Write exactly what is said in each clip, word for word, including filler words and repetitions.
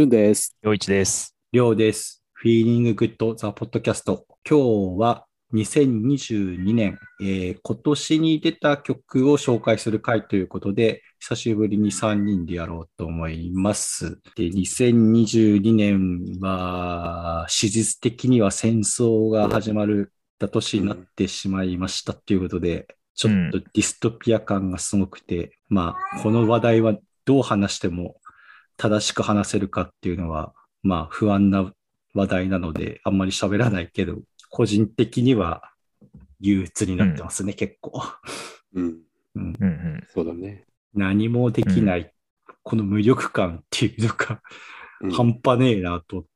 しゅんです。 陽一です。 りょうです。フィーリンググッドザポッドキャスト。今日はにせんにじゅうにねん、えー今年に出た曲を紹介する回ということで、久しぶりにさんにんでやろうと思います。で、にせんにじゅうにねんは、史実的には戦争が始まる年になってしまいましたということで、ちょっとディストピア感がすごくて、まあ、この話題はどう話しても正しく話せるかっていうのは、まあ不安な話題なので、あんまり喋らないけど、個人的には憂鬱になってますね、うん、結構、 うんうんうん。そうだね。 何もできない、うん、この無力感っていうのが、うん、半端ねえなと思って、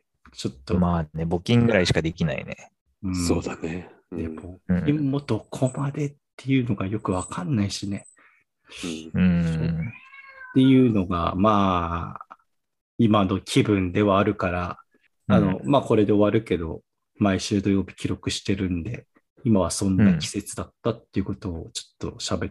ちょっと。 まあね、募金ぐらいしかできないね。 うん、そうだね。 うん、で募金もどこまでっていうのがよくわかんないしね。 うん。 っていうのが、まあ、今の気分ではあるから、あの、うん、まあこれで終わるけど、毎週土曜日記録してるんで、今はそんな季節だったっていうことをちょっと喋って、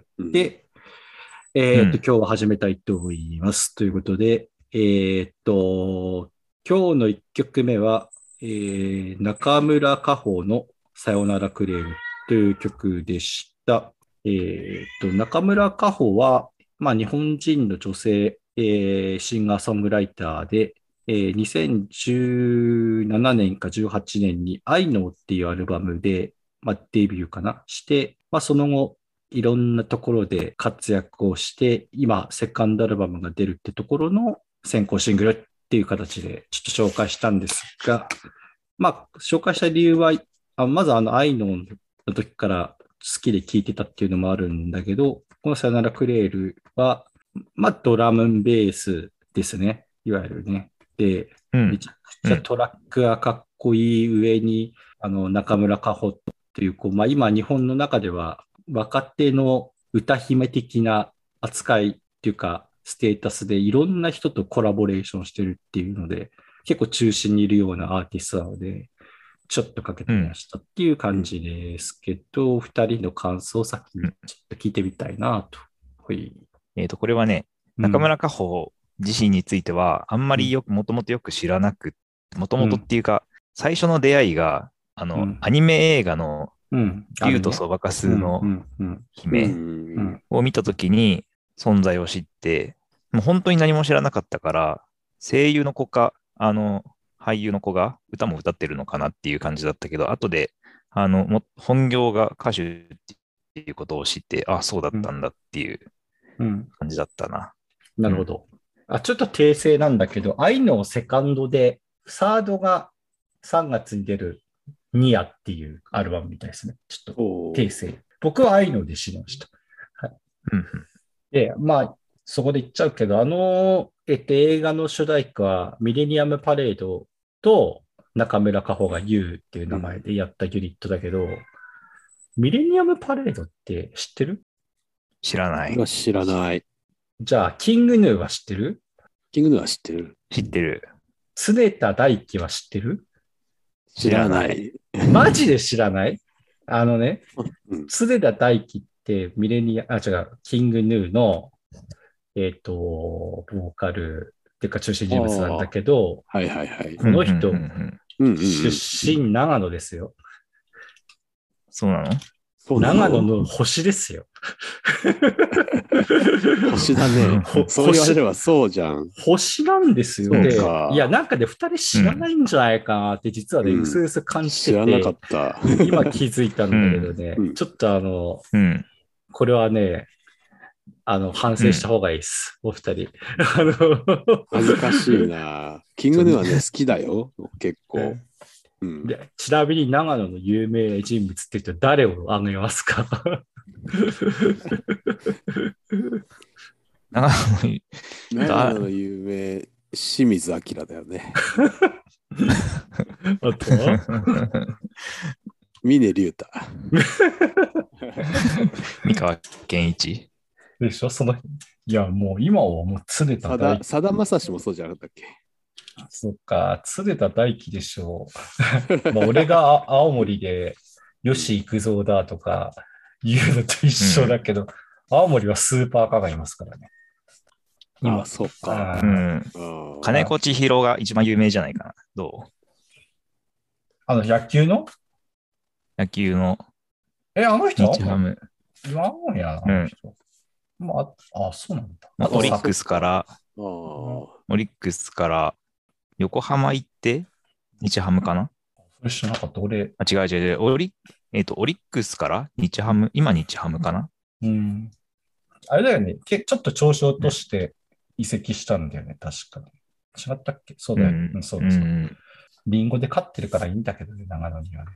うん、えー、っと、今日は始めたいと思います。ということで、えー、っと、今日のいっきょくめは、えー、中村佳穂のさよならクレームという曲でした。えー、っと、中村佳穂は、まあ日本人の女性、えー、シンガーソングライターで、えー、にせんじゅうななねんかじゅうはちねんに I Know っていうアルバムで、まあ、デビューかなして、まあ、その後いろんなところで活躍をして、今セカンドアルバムが出るってところの先行シングルっていう形でちょっと紹介したんですが、まあ紹介した理由は、あまずあの I Know の時から好きで聴いてたっていうのもあるんだけど、このさよならクレールは、まあ、ドラムンベースですね。いわゆるね。で、うん、めちゃくちゃトラックがかっこいい上に、うん、あの、中村佳穂っていう、こう、まあ、今日本の中では若手の歌姫的な扱いっていうか、ステータスでいろんな人とコラボレーションしてるっていうので、結構中心にいるようなアーティストなので、ちょっとかけてみましたっていう感じですけど、うん、二人の感想を先にちょっと聞いてみたいなと。 うん、えっと、これはね、中村佳穂自身については、あんまりよく、もともとよく知らなく、もともとっていうか、最初の出会いが、あの、うん、アニメ映画の、竜とそばかすの姫を見たときに存在を知って、もう本当に何も知らなかったから、声優の子か、あの、俳優の子が歌も歌ってるのかなっていう感じだったけど、後で、あの、も本業が歌手っていうことを知って、あ、そうだったんだっていう感じだったな。 うん、なるほど。あ、ちょっと訂正なんだけど、愛のセカンドで、サードがさんがつに出るニアっていうアルバムみたいですね。ちょっと訂正。僕は愛ので知りました。はい。で、まあ、そこで言っちゃうけど、あの、えっと、映画の主題歌はミレニアムパレードと中村佳穂が You っていう名前でやったユニットだけど、うん、ミレニアムパレードって知ってる？ 知らない。 知らない。 じゃあ、キングヌーは知ってる？ キングヌーは知ってる。 知ってる。 常田大樹は知ってる？ 知らない。 マジで知らない？あのね、うん、常田大樹ってミレニア、あ、違う、キングヌーの、えっと、ボーカルっていうか中心人物なんだけど、 はいはいはい。 この人、出身長野ですよ。 そうなの？ 長野の星ですよ。 星だね。そう言われればそうじゃん。 星なんですよ。で、いや、なんかで、ね、二人知らないんじゃないかなって、実はね、うすうす感じてて、 知らなかった。 今気づいたんだけどね、うん、ちょっとあの、うん、これはね、あの、反省した方がいいです、うん、お二人。あの恥ずかしいな。キングヌーはね、好きだよ、結構。 うん、でちなみに長野の有名人物って言うと誰を挙げますか？ 長野長野の有名、清水明だよね。 あとは峰竜太。 三河健一。 でしょその、いや、もう今はもう常田大樹。 さだまさしもそうじゃなかったっけ？ そっか、常田大樹でしょう。まあ俺が青森で吉幾三だとか言うのと一緒だけど、うん、青森はスーパーカーがいますからね。 ああ、そっか。 うん。 うん金子千尋が一番有名じゃないかな。どうあの、野球の野球のえ、あの人日ハム。 言わんもんやな、あの人。まあ、あ、そうなんだ。 まあ、オリックスから、 ああ。 オリックスから横浜行って、日ハムかなそれ知らなかった。俺。 あ、違う違う違う。オリ、えっと、オリックスから日ハム、今日ハムかなうん。あれだよね。けちょっと調子を落として移籍したんだよね、確かに。違ったっけそうだよね。 うんうん、そうだそうだ。 うんリンゴで勝ってるからいいんだけどね、長野にはね。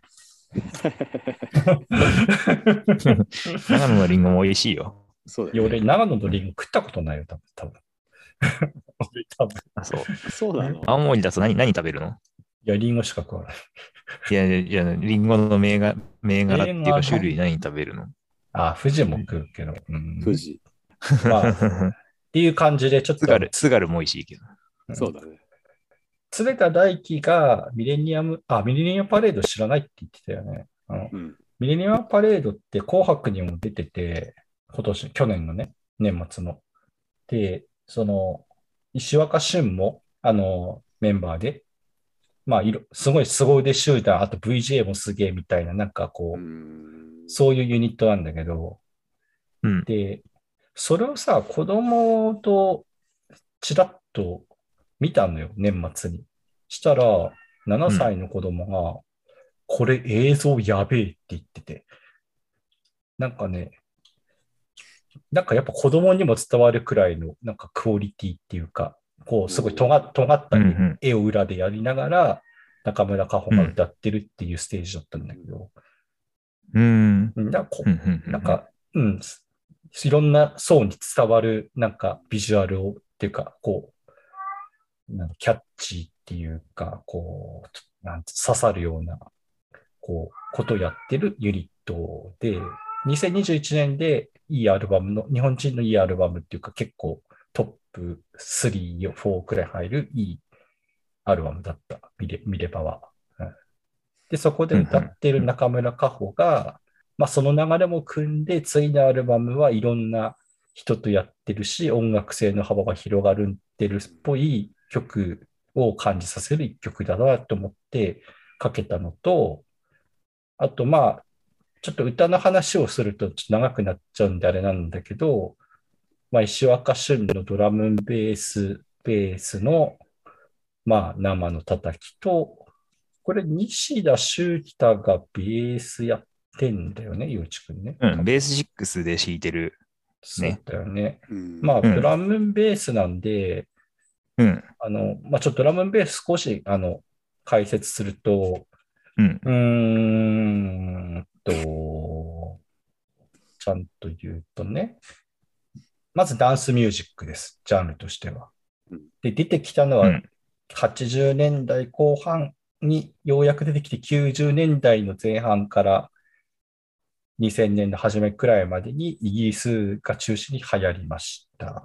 長野のリンゴも美味しいよ。 いや、 そうだよね。 俺、長野のリンゴ食ったことないよ、多分。多分俺、多分。 あ、そう。 そうなの。 青森だと何、何食べるのいや、リンゴしか食わない。 いやいや、リンゴの銘柄、銘柄っていうか銘柄種類何食べるのあ、富士も食うけど。うん、 富士。 まあ、っていう感じで、ちょっと。 津軽、津軽も美味しいけど。 そうだね。 常田大輝がミレニアム、あ、ミレニアムパレード知らないって言ってたよね。あのうん。 ミレニアムパレードって紅白にも出てて、今年、去年のね、年末の。で、その、石若俊も、あの、メンバーで、まあ、いろ、すごい凄腕集団、あと ブイジェー もすげえみたいな、なんかこう、 うんそういうユニットなんだけど、 うん。 で、それをさ、子供とちらっと見たのよ、年末に。したら、ななさいの子供が、これ映像やべえって言ってて、なんかね、なんかやっぱ子供にも伝わるくらいのなんかクオリティっていうか、こうすごい尖尖ったうんうん絵を裏でやりながら、中村佳穂が歌ってるっていうステージだったんだけど、 うん。 なんかこうんうんうんなんか、うん、いろんな層に伝わるなんかビジュアルをっていうか、こう、なんかキャッチーっていうか、こう、なんて刺さるような、こう、ことをやってるユニットで、にせんにじゅういちねんでいいアルバムの、日本人のいいアルバムっていうか結構トップスリー、フォーくらい入るいいアルバムだった。見れ、見ればは。うん、で、そこで歌ってる中村佳穂が、まあその流れも組んで、次のアルバムはいろんな人とやってるし、音楽性の幅が広がるってるっぽい曲を感じさせる一曲だなと思ってかけたのと、あとまあ、ちょっと歌の話をするとちょっと長くなっちゃうんであれなんだけど、まあ、石若俊のドラムベース、ベースの、まあ、生の叩きと、これ、西田修太がベースやってんだよね、ゆうちくんね。 うん、ベースシックスで弾いてる。 そうだよね。 うんまあ、 うんドラムベースなんで、 うん。 あの、まあ、ちょっとドラムベース少し、あの、解説すると、 うん。 うーんと、ちゃんと言うとね、まずダンスミュージックです、ジャンルとしては。で、出てきたのはうんはちじゅうねんだいこう半にようやく出てきてきゅうじゅうねんだいの前半からにせんねんの初めくらいまでにイギリスが中心に流行りました。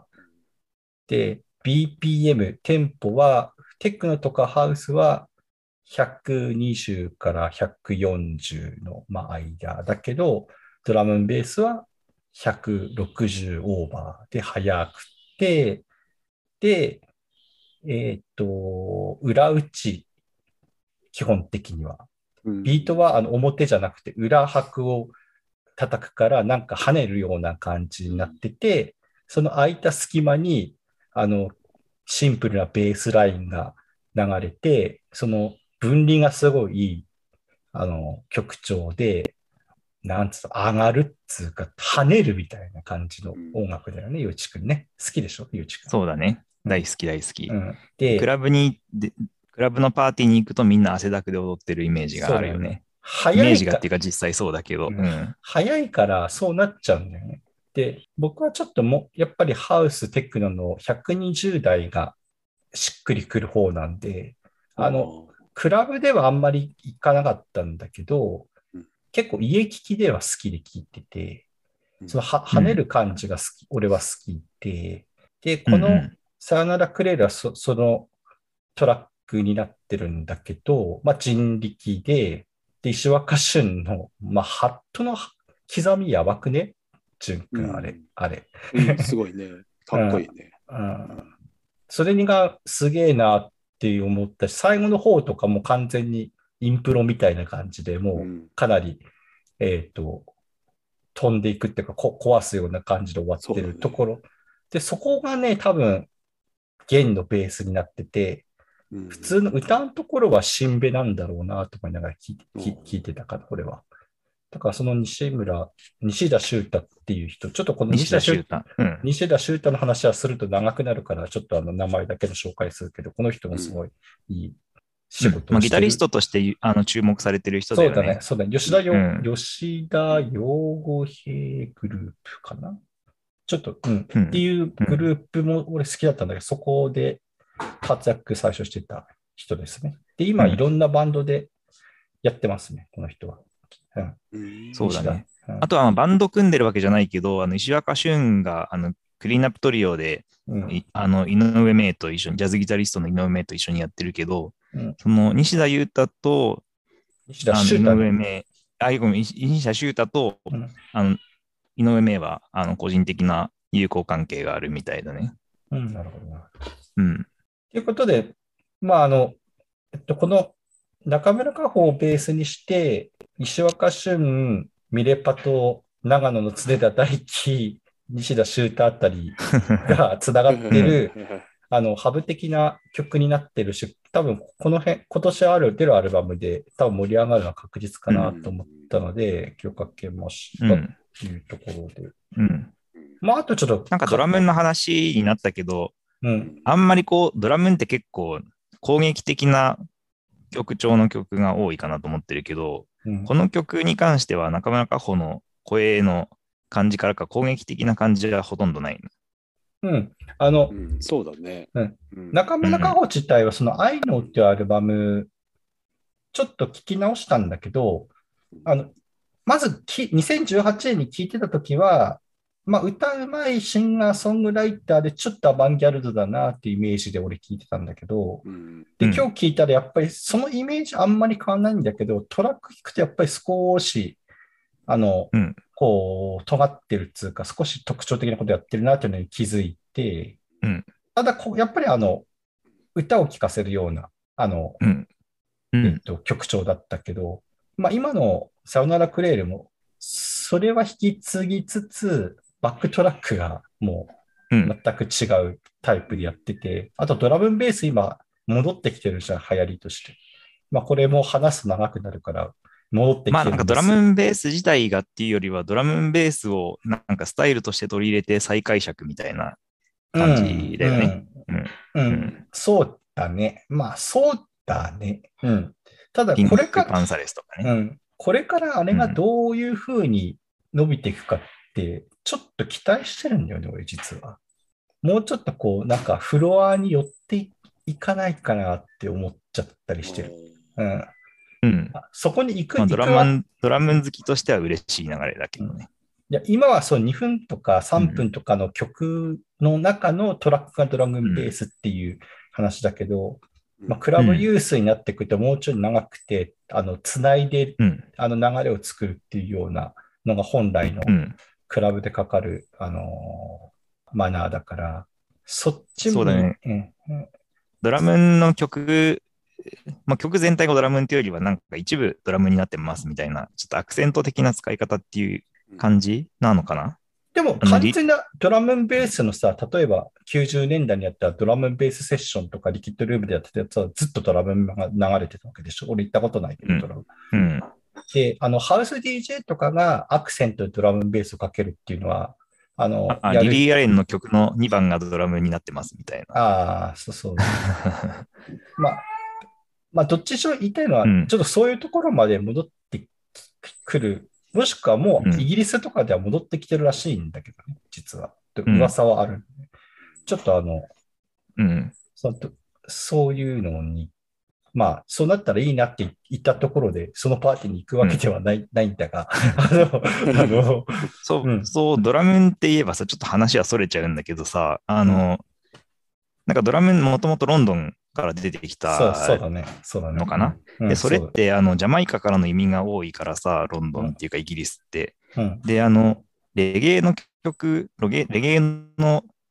で、ビーピーエム、テンポは、テクノとかハウスはひゃくにじゅうからひゃくよんじゅうの、まあ、間だけど、ドラムンベースはひゃくろくじゅうオーバーで速くて、で、えっと、裏打ち、基本的には。ビートはあの表じゃなくて裏拍を叩くからなんか跳ねるような感じになってて、その空いた隙間にあのシンプルなベースラインが流れて、その分離がすごいいいあの曲調で、なんつうの、上がるっつうか跳ねるみたいな感じの音楽だよね、ゆうちくんね。好きでしょ、ゆうちくん。 そうだね。大好き大好き。 うん、で、 クラブにで、クラブのパーティーに行くとみんな汗だくで踊ってるイメージがあるよね。イメージがっていうか実際そうだけど。 うんうん、 早いからそうなっちゃうんだよね。で、僕はちょっとも、やっぱりハウステクノのひゃくにじゅうだいがしっくりくる方なんで、あの、クラブではあんまり行かなかったんだけど、結構家聞きでは好きで聞いてて、そのは跳ねる感じが好き、うん、俺は好きで、で、このさよならクレールは そ, そのトラックになってるんだけど、まあ、人力で、で、石若俊の、まあ、ハットの刻みやばくね、淳君、あれ、うん、あれ、 うん。すごいね。かっこいいね。 うん、それがすげえなって思ったし、最後の方とかも完全にインプロみたいな感じでもうかなり、うん、えっと、飛んでいくっていうか、こ壊すような感じで終わってるところ。ね、で、そこがね、多分、弦のベースになってて、うん、普通の歌のところはシンベなんだろうなと思いながら聞いて、うん、聞いてたから、これは。だからその西村、西田修太っていう人、ちょっとこの西田修太、うん、西田修太の話はすると長くなるから、ちょっとあの名前だけの紹介するけど、この人もすごいいい仕事をしてる、うんまあ、 ギタリストとしてあの注目されてる人だよね。 そうだね、そうだね。吉田よ、うん、吉田養護兵グループかなちょっと、うん、うん、っていうグループも俺好きだったんだけど、そこで活躍最初してた人ですね。で、今いろんなバンドでやってますね、この人は。 うん、そうだね。うん、あとはバンド組んでるわけじゃないけど、あの石若俊があのクリーンアップトリオで、うん、あの井上芽と一緒に、ジャズギタリストの井上芽と一緒にやってるけど、うん、その西田裕太と西田修太、 井上芽、あ、ごめん、西田修太と、うん、あの井上芽はあの個人的な友好関係があるみたいだね。 うん、なるほどな。 うん。 ということで、まあ、あの、えっと、この中村佳穂をベースにして、石若俊、ミレパと長野の常田大樹、西田修太あたりがつながってる、あの、ハブ的な曲になってるし、多分この辺、今年ある出るアルバムで多分盛り上がるのは確実かなと思ったので、今日かけましたっていうところで。 うん。 まあ、あとちょっと。 なんかドラムの話になったけど、 うん、 あんまりこう、ドラムって結構攻撃的な曲調の曲が多いかなと思ってるけど、うん、この曲に関しては中村佳穂の声の感じからか攻撃的な感じはほとんどない。 うん。あの、 うん、そうだね。 うん。中村佳穂自体はそのI knowっていうアルバム、ちょっと聞き直したんだけど、あの、まずにせんじゅうはちねんに聴いてたときは、まあ、歌うまいシンガーソングライターでちょっとアバンギャルドだなっていうイメージで俺聞いてたんだけど、うん、で、今日聞いたらやっぱりそのイメージあんまり変わらないんだけど、トラック聞くとやっぱり少し、あの、うん、こう、尖ってるっていうか、少し特徴的なことやってるなっていうのに気づいて、 うん、 ただこう、やっぱりあの、歌を聴かせるような、あの、 うんうん、 えっと、曲調だったけど、まあ今のさよならクレールも、それは引き継ぎつつ、バックトラックがもう全く違うタイプでやってて、うん、あとドラムベース今戻ってきてるじゃん、流行りとして。まあこれも話すと長くなるから戻ってきてるんです。 まあなんかドラムベース自体がっていうよりは、ドラムベースをなんかスタイルとして取り入れて再解釈みたいな感じだよね。 うん。うんうんうん、そうだね。まあそうだね。うん。ただこれから、 パンサレスとかね。 うん。これからあれがどういうふうに伸びていくかって、ちょっと期待してるんだよね、俺実は。もうちょっとこう、なんかフロアに寄っていかないかなって思っちゃったりしてる。うん。 うん、 そこに行く、 まあ、ドラム、ドラム好きとしては嬉しい流れだけどね。 うん、いや今はそうにふんとかさんぷんとかの曲の中のトラックがドラムベースっていう話だけど、うんまあ、クラブユースになってくるともうちょい長くて、あの、つないで、 うん、 あの流れを作るっていうようなのが本来のクラブでかかる、あのー、マナーだから、そっちも。 そうだね。 うん、 ドラムの曲、まあ、曲全体がドラムっていうよりは、なんか一部ドラムになってますみたいな、ちょっとアクセント的な使い方っていう感じなのかな。 でも完全なドラムベースのさ、例えばきゅうじゅうねんだいにやったドラムベースセッションとかリキッドルームでやってたやつはずっとドラムが流れてたわけでしょ。俺行ったことないけど、ドラム。 うんうん、 で、あの、ハウス ディージェー とかがアクセントでドラムベースをかけるっていうのは、あの、 あリリー・アレンの曲のにばんがドラムになってますみたいな。 ああ、そうそう。まあ、まあ、どっちにしろ言いたいのは、うん、ちょっとそういうところまで戻ってくる。もしくはもうイギリスとかでは戻ってきてるらしいんだけどね、実は。噂はあるんで、うん、ちょっとあの、 うん、 そそういうのに、まあ、そうなったらいいなって言ったところで、そのパーティーに行くわけではない、うん、ないんだが、あの、あのそう、うん、そう、ドラムって言えばさ、ちょっと話はそれちゃうんだけどさ、あの、うん、なんかドラムもともとロンドンから出てきたのかな。で、それって、あの、ジャマイカからの移民が多いからさ、ロンドンっていうかイギリスって。 うん、 で、あの、レゲエの曲、レゲレゲエの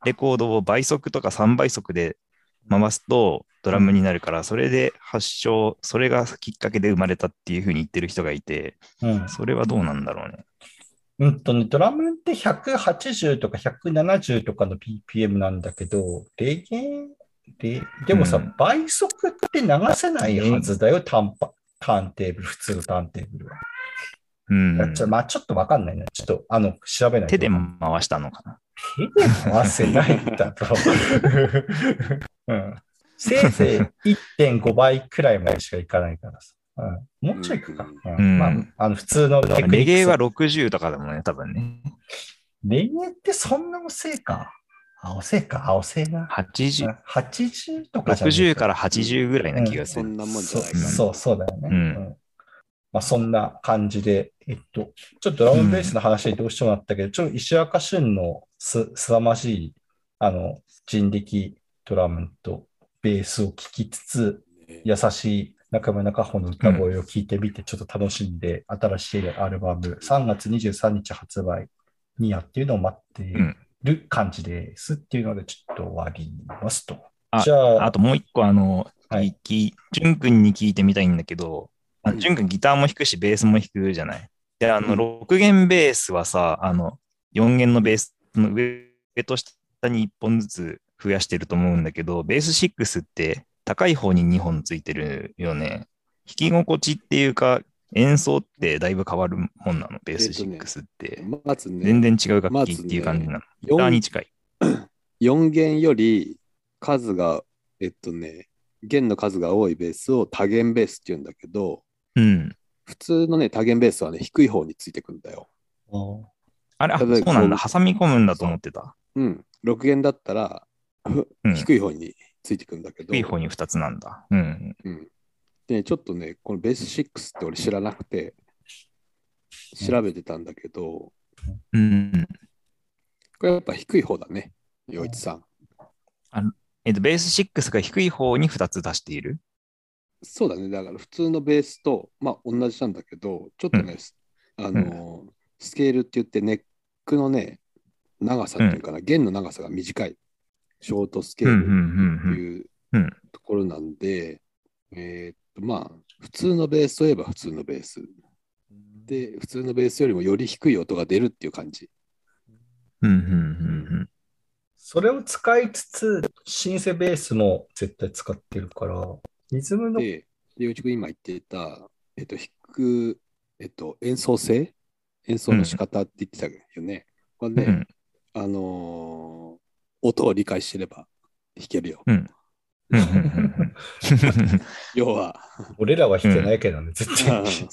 レコードを倍速とかさんばい速で回すとドラムになるから、それで発祥、それがきっかけで生まれたっていうふうに言ってる人がいて、 うん。 それはどうなんだろうね。 うんとね、ドラムってひゃくはちじゅうとかひゃくななじゅうとかの ビーピーエム なんだけど、レゲエ、レでもさ、 うん倍速って流せないはずだよ、タンパ、ターンテーブル、普通のターンテーブルは。 うんちょまあ、ちょっとわかんないね。ちょっと、あの、調べないと。 手で回したのかな。 手で回せないんだと。うん、せいぜい いってんご 倍くらいまでしかいかないからさ。うん、もうちょいいくか。うんうんまあ、あの普通のテクニックレゲエはろくじゅうとかだもんね、多分ね。 レゲエってそんな遅いか。あ、遅いか。あ、遅いな。 はちじゅう、 はちじゅうとかじゃないか。 ろくじゅうからはちじゅうぐらいな気がする。 そんなもんじゃないかな。 そう、そうだよね。 うんうんまあ、そんな感じで、えっと、ちょっとドラムベースの話でどうしてもなったけど、うん、ちょっと石若俊のす、すさまじい、あの、人力ドラムとベースを聴きつつ、優しい中村中穂の歌声を聴いてみて、ちょっと楽しんで、うん、新しいアルバム、さんがつにじゅうさんにち発売にやっていうのを待っている感じですっていうので、ちょっと終わりますと。 あじゃあ、 あともう一個、あの、 はい、 ジュン君に聞いてみたいんだけど、ジュン君ギターも弾くし、ベースも弾くじゃない。で、あの、ろくげんベースはさ、あの、よんげんのベースの上と下にいっぽんずつ増やしてると思うんだけど、ベースろくって高い方ににほんついてるよね。弾き心地っていうか、演奏ってだいぶ変わるもんなの、ベースろくって。 ねまずね、 全然違う楽器っていう感じなの。ギターに近い。 よんげんより数が、えっとね、弦の数が多いベースを多弦ベースって言うんだけど、 うん、 普通のね、多弦ベースはね、低い方についてくんだよ。 あれ、あ、そうなんだ。挟み込むんだと思ってた。 うん。ろく弦だったら、うん、低い方についてくんだけど。 低い方にふたつなんだ。うん。 うん、で、ちょっとね、このベースろくって俺知らなくて、調べてたんだけど、 うん。 これやっぱ低い方だね、陽一さん。 あのえっと、ベースろくが低い方にふたつ出している？ そうだね。だから普通のベースと、まあ同じなんだけど、ちょっとね、うん、あの、うん、スケールって言ってネックのね、長さっていうかな、うん、弦の長さが短い。ショートスケールっていうところなんで、えー、っと、まあ、普通のベースといえば普通のベース。で、普通のベースよりもより低い音が出るっていう感じ。 うんうんうんうん、 それを使いつつ、シンセベースも絶対使ってるから、リズムの。 で、陽一君今言ってた、えっと、弾く、えっと、演奏性演奏の仕方って言ってたよね。うん、これね、うん、あのー、音を理解してれば弾けるよ。 うん要は。 俺らは弾けないけどね、うん、絶対に。そう。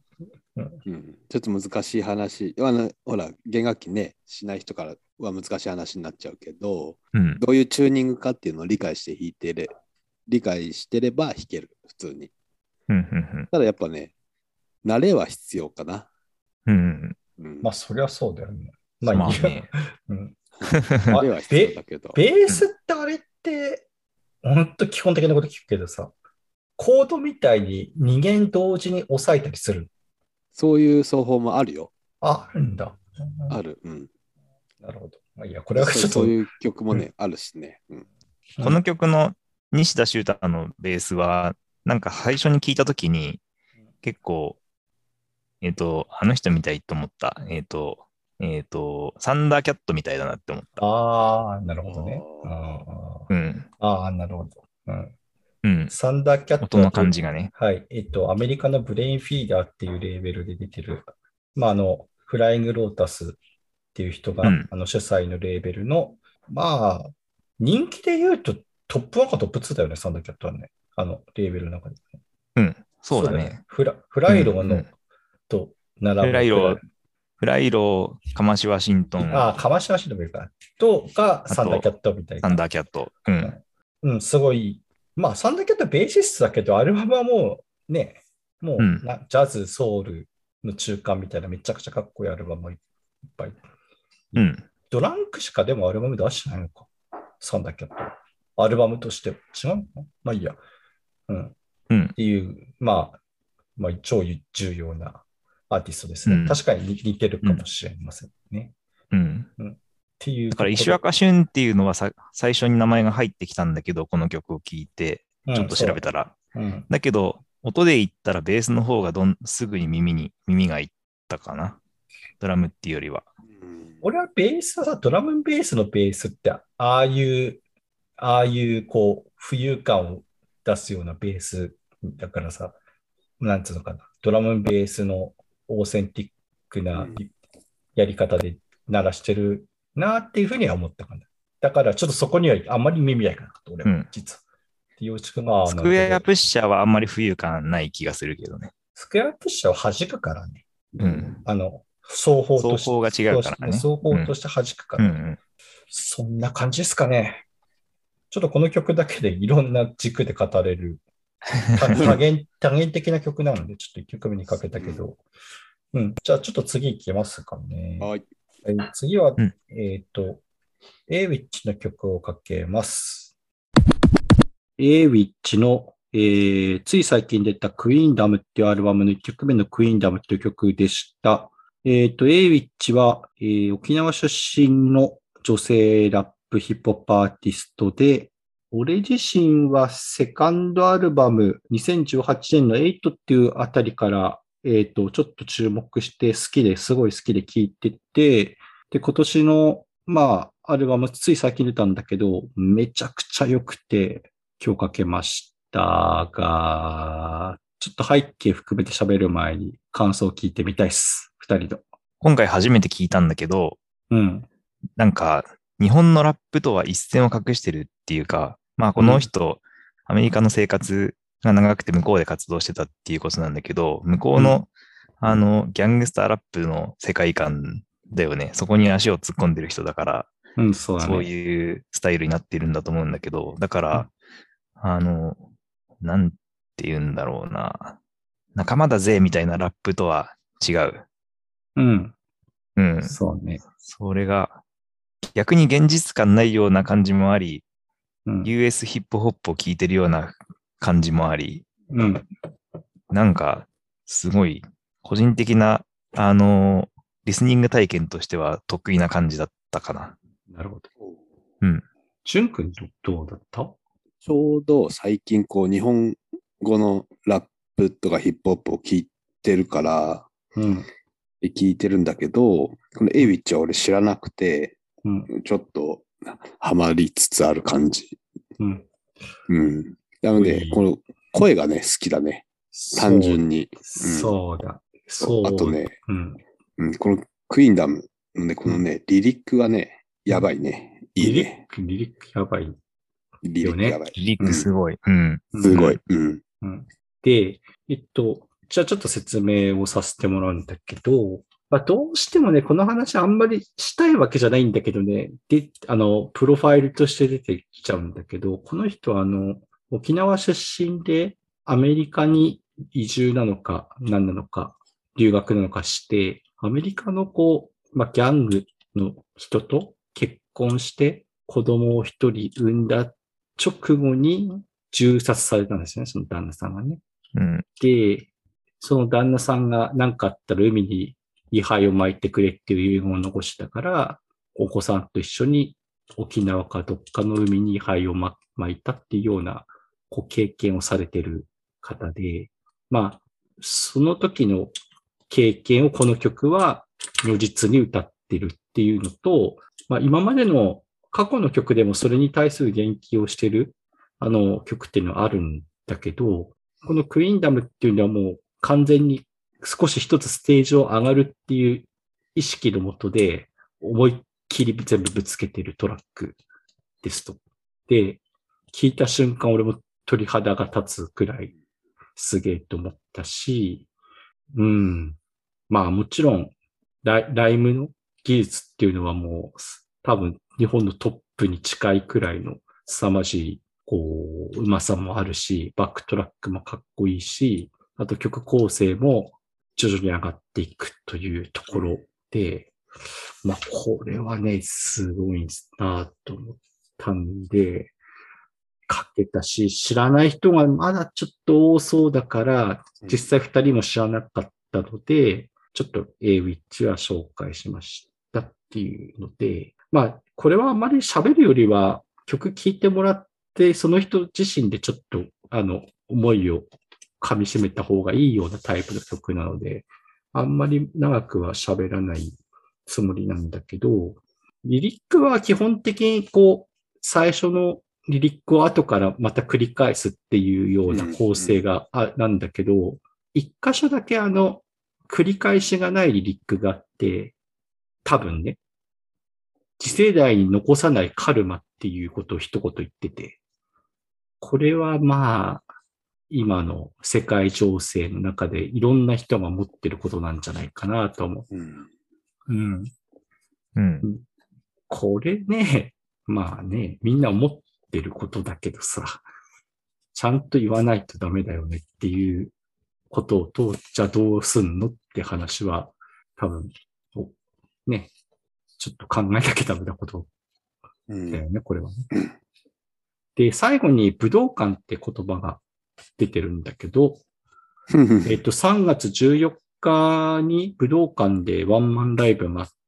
うん、ちょっと難しい話。あのほら、弦楽器ね、しない人からは難しい話になっちゃうけど、 うん、 どういうチューニングかっていうのを理解して弾いてれ、理解してれば弾ける、普通に。ただやっぱね、慣れは必要かな。 うんうん、まあ、そりゃそうだよね。まあ、 まあね。 うん、慣れは必要だけど。 ベースってあれって、ほんと基本的なこと聞くけどさ、コードみたいにに弦同時に押さえたりする。 そういう奏法もあるよ。 あるんだ。 ある。うん。 なるほど。まあ、いや、これはちょっと。 そういう曲もね、うん、あるしね、うん。 この曲の西田修太のベースは、なんか最初に聞いたときに、結構、えっ、ー、と、あの人みたいと思った。えっ、ー、と、えっ、ー、と、サンダーキャットみたいだなって思った。 ああ、なるほどね。あうん。 ああ、なるほど。うんうん、 サンダーキャット。 音の感じがね。 はい。えっと、アメリカのブレインフィーダーっていうレーベルで出てる、まあ、あの、フライングロータスっていう人が、うん、あの主催のレーベルの、まあ、人気で言うとトップワンかトップツーだよね、サンダーキャットはね。あの、レーベルの中で、ね。 うん、そうだね。 そうだねフラフライローの、うんうん、と並ぶ。 フライロー、フライロー、カマシワシントン。 ああ、カマシワシントンもいるか。と、が、サンダーキャットみたいな。 サンダーキャット。うん。 うん、すごい。まあ、サンダーキャットはベーシストだけど、アルバムはもうね、もう、うん、ジャズ、ソウルの中間みたいなめちゃくちゃかっこいいアルバムもいっぱい。 うん。 ドランクしかでもアルバム出してないのか。サンダーキャット。アルバムとしては違うのかまあいいや。うん。 うん、 っていう、まあ、まあ、超重要なアーティストですね。うん、確かに似てるかもしれませんね。 うん。 うん、 ていう。 だから石若俊っていうのはさ最初に名前が入ってきたんだけど、この曲を聴いて、ちょっと調べたら。 うんうん、 だけど、音で言ったらベースの方がどんすぐに耳に、耳がいったかな。ドラムっていうよりは。 俺はベースはさ、ドラムベースのベースって、ああいう、ああいうこう、浮遊感を出すようなベースだからさ、なんつうのかな。ドラムベースのオーセンティックなやり方で鳴らしてるなっていうふうには思ったかな。だからちょっとそこにはあんまり耳がいかなかった、俺は、実は。 スクエアプッシャーはあんまり浮遊感ない気がするけどね。 スクエアプッシャーは弾くからね。 うん。 あの、双方として。 双方が違うからね。 双方として弾くから、うんうんうん。そんな感じですかね。ちょっとこの曲だけでいろんな軸で語れる多元、多元的な曲なので、ちょっといっきょくめにかけたけど。うん。じゃあちょっと次いきますかね。 はい。 えー、次は、うん、えっと、エーウィッチの曲をかけます。 エーウィッチの、えー、つい最近出たクイーンダムっていうアルバムのいっきょくめのクイーンダムっていう曲でした。えっと、エーウィッチは、えー、沖縄出身の女性ラップヒップホップアーティストで、俺自身はセカンドアルバムにせんじゅうはちねんのエイトっていうあたりから、えっと、ちょっと注目して好きですごい好きで聴いてて、で、今年の、まあ、アルバムつい最近出たんだけど、めちゃくちゃ良くて、今日かけましたが、ちょっと背景含めて喋る前に感想を聞いてみたいっす。二人の。 今回初めて聞いたんだけど、 うん。 なんか、日本のラップとは一線を画してるっていうか、まあこの人、うん、アメリカの生活が長くて向こうで活動してたっていうことなんだけど、向こうの、うん、あの、ギャングスターラップの世界観だよね。そこに足を突っ込んでる人だから、 うん、そうだね。 そういうスタイルになってるんだと思うんだけど、だから、うん、あの、なんて言うんだろうな。仲間だぜみたいなラップとは違う。 うん。 うん。 そうね。 それが、逆に現実感ないような感じもあり、うん、ユーエス ヒップホップを聴いてるような感じもあり、 うん、 なんか、すごい、個人的な、あの、リスニング体験としては得意な感じだったかな。 なるほど。 うん。 淳君どうだった？ ちょうど最近、こう、日本語のラップとかヒップホップを聞いてるから、 うん、 聞いてるんだけど、このエイウィッチは俺知らなくて、 うん、 ちょっとハマりつつある感じ。 うん。 うん。なので、この声がね、好きだね。単純に。 そうだ。そう。 あとね、 うんうん、このクイーンダムのね、このね、リリックがね、やばいね。いいね。 リリックやばい。 リリックやばい。 リリックすごい。うん。 すごい。うん。 うん。で、えっと、じゃあちょっと説明をさせてもらうんだけど、まあ、どうしてもね、この話あんまりしたいわけじゃないんだけどね、で、あの、プロファイルとして出てきちゃうんだけど、この人はあの、沖縄出身でアメリカに移住なのか何なのか、留学なのかして、アメリカのこう、まあ、ギャングの人と結婚して子供を一人産んだ直後に銃殺されたんですよね、その旦那さんがね。 うん、 で、その旦那さんが何かあったら海に位牌を巻いてくれっていう遺言を残したから、お子さんと一緒に沖縄かどっかの海に位牌を巻いたっていうようなこう経験をされている方で、まあ、その時の経験をこの曲は如実に歌ってるっていうのと、まあ今までの過去の曲でもそれに対する言及をしてるあの曲っていうのはあるんだけど、このクイーンダムっていうのはもう完全に少し一つステージを上がるっていう意識のもとで思いっきり全部ぶつけてるトラックですと。で、聞いた瞬間俺も鳥肌が立つくらいすげえと思ったし、うん。まあもちろんライ、ライムの技術っていうのはもう多分日本のトップに近いくらいの凄まじいこう、うまさもあるし、バックトラックもかっこいいし、あと曲構成も徐々に上がっていくというところで、まあこれはね、すごいなと思ったんで、かけたし、知らない人がまだちょっと多そうだから、実際二人も知らなかったので、ちょっと エーウィッチは紹介しましたっていうので、 まあ、これはあまり喋るよりは曲聴いてもらって、その人自身でちょっと、あの、思いを噛み締めた方がいいようなタイプの曲なので、あんまり長くは喋らないつもりなんだけど、リリックは基本的にこう、最初のリリックを後からまた繰り返すっていうような構成があ、なんだけど、一箇所だけあの、繰り返しがないリリックがあって、多分ね、次世代に残さないカルマっていうことを一言言ってて、これはまあ、今の世界情勢の中でいろんな人が持ってることなんじゃないかなと思う。うん。うんうん。 これね、まあね、みんな思ってることだけどさ、ちゃんと言わないとダメだよねっていうことと、じゃあどうすんのって話は、多分、ね、ちょっと考えなきゃダメなことだよね、うん、これはね。で、最後に武道館って言葉が出てるんだけど、えっと、さんがつじゅうよっかに武道館でワンマンライブがあって、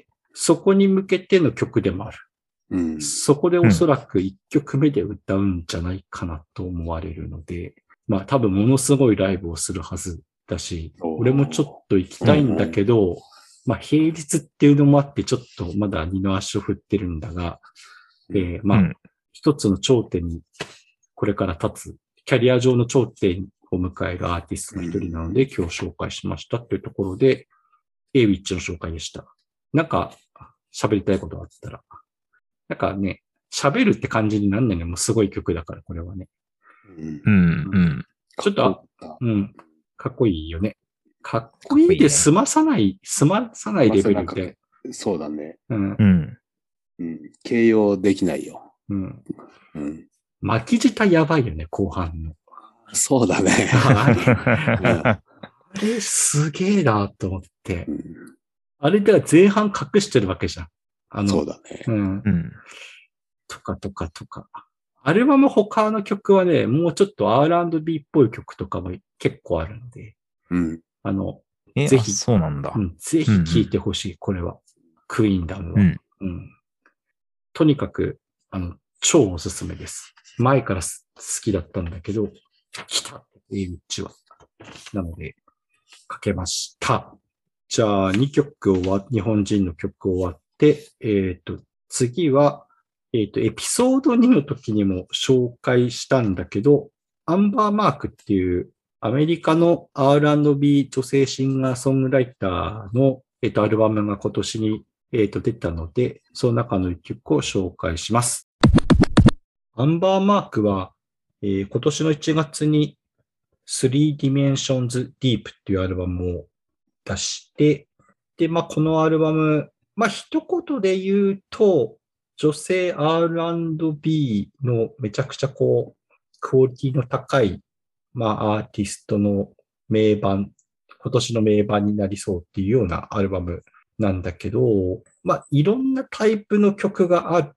そこに向けての曲でもある。うん、そこでおそらくいっきょくめで歌うんじゃないかなと思われるので、まあ多分ものすごいライブをするはずだし、俺もちょっと行きたいんだけど、うんうん、まあ平日っていうのもあってちょっとまだ二の足を振ってるんだが、えー、まあ、うん、一つの頂点にこれから立つ、キャリア上の頂点を迎えるアーティストの一人なので、今日紹介しましたというところで、エイウィッチの紹介でした。なんか喋りたいことがあったら。なんかね、喋るって感じになんないのもすごい曲だから、これはね。 うんうん、 ちょっと、うん、かっこいいよね。かっこいいで済まさない、済まさないレベルで。 そうだね。 うん。 うん。形容できないよ。 うん。うん。巻き舌やばいよね、後半の。 そうだね。 あれ、うん、あれすげえなと思って。うん、あれでは前半隠してるわけじゃん。あの、 そうだね。 うん。うん。とかとかとか。アルバム他の曲はね、もうちょっと アールアンドビー っぽい曲とかも結構あるので。 うん。 あの、 えぜひ。 そうなんだ。 うん。ぜひ聴いてほしい、うんうん、これは。クイーンダムは、 うん。 うん。とにかく、あの、超おすすめです。前から好きだったんだけど、来た、エイウィッチは。なので、かけました。じゃあ、にきょく終わ、日本人の曲終わって、えっと、次は、えっと、エピソードにの時にも紹介したんだけど、アンバーマークっていうアメリカの アールアンドビー 女性シンガーソングライターの、えっと、アルバムが今年に、えっと、出たので、その中の一曲を紹介します。アンバーマークは、えー、今年のいちがつに スリー Dimensions Deep っていうアルバムを出して、で、まあ、このアルバム、まあ、一言で言うと、女性 アールアンドビー のめちゃくちゃこう、クオリティの高い、まあ、アーティストの名盤、今年の名盤になりそうっていうようなアルバムなんだけど、まあ、いろんなタイプの曲があって、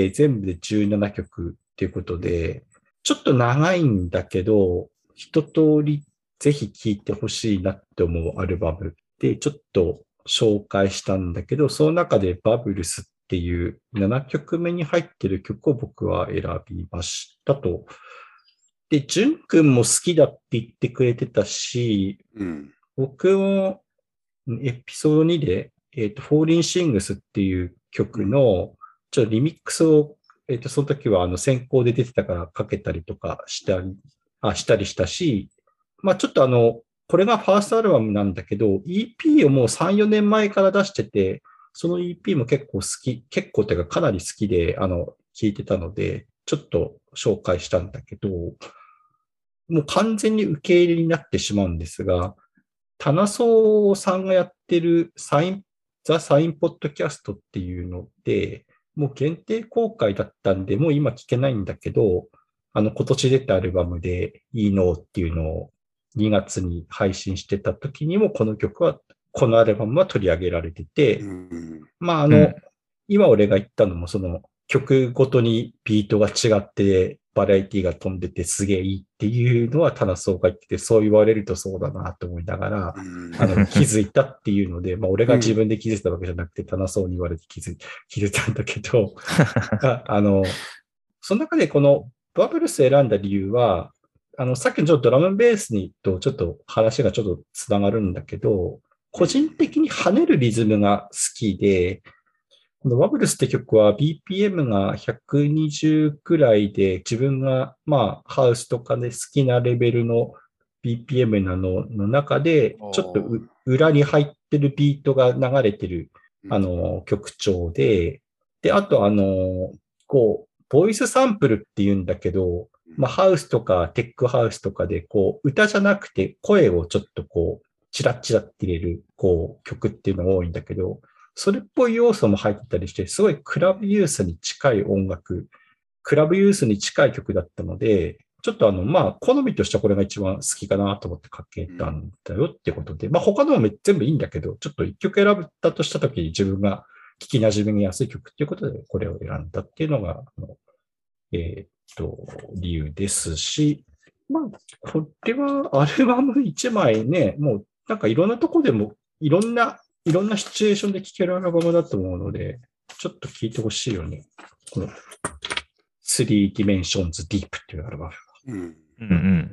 全部でじゅうななきょくっていうことで、ちょっと長いんだけど、一通りぜひ聴いてほしいなって思うアルバムで、ちょっと紹介したんだけど、その中でバブルスっていうななきょくめに入ってる曲を僕は選びましたと。で、ジュン君も好きだって言ってくれてたし、 うん、 僕もエピソードにで、えっと、Falling Sings っていう曲の、ちょっとリミックスを、えっと、その時はあの先行で出てたからかけたりとかしたり、あ、したりしたし、まあちょっとあの、これがファーストアルバムなんだけど、イーピー をもうさん、よねんまえから出してて、その イーピー も結構好き、結構っていうかかなり好きで、あの、聴いてたので、ちょっと紹介したんだけど、もう完全に受け入れになってしまうんですが、タナソーさんがやってるサイン、ザ・サインポッドキャストっていうので、もう限定公開だったんで、もう今聞けないんだけど、あの、今年出たアルバムでいいのっていうのをにがつに配信してた時にも、この曲は、このアルバムは取り上げられてて、うん、まあ、あの、うん、今俺が言ったのも、その曲ごとにビートが違って、 バラエティが飛んでてすげえいいっていうのはタナソーが言ってて、そう言われるとそうだなと思いながら、 うんあの気づいたっていうので、まあ俺が自分で気づいたわけじゃなくて、タナソーに言われて気づい気づいたんだけど、ああの、その中でこのバブルス選んだ理由は、あの、さっきのちょっとドラムベースにとちょっと話がちょっとつながるんだけど、個人的に跳ねるリズムが好きで、このバブルスって曲は ビーピーエム がひゃくにじゅうくらいで、自分がまあハウスとかで好きなレベルの ビーピーエム なのの中で、ちょっとう裏に入ってるビートが流れてるあの曲調で、で、あとあの、こう、ボイスサンプルって言うんだけど、まあハウスとかテックハウスとかでこう歌じゃなくて声をちょっとこう、チラッチラって入れるこう曲っていうのが多いんだけど、それっぽい要素も入ってたりして、すごいクラブユースに近い音楽、クラブユースに近い曲だったので、ちょっとあの、まあ、好みとしてはこれが一番好きかなと思ってかけたんだよってことで、まあ他のも全部いいんだけど、ちょっと一曲選ぶだとしたときに自分が聴き馴染みやすい曲っていうことでこれを選んだっていうのが、あのえーっと、理由ですし、まあ、これはアルバムいちまいね、もうなんかいろんなとこでも、いろんな、いろんなシチュエーションで聴けるアルバムだと思うので、ちょっと聴いてほしいよね。このスリー Dimensions Deep っていうアルバム。 うん。 うんうん。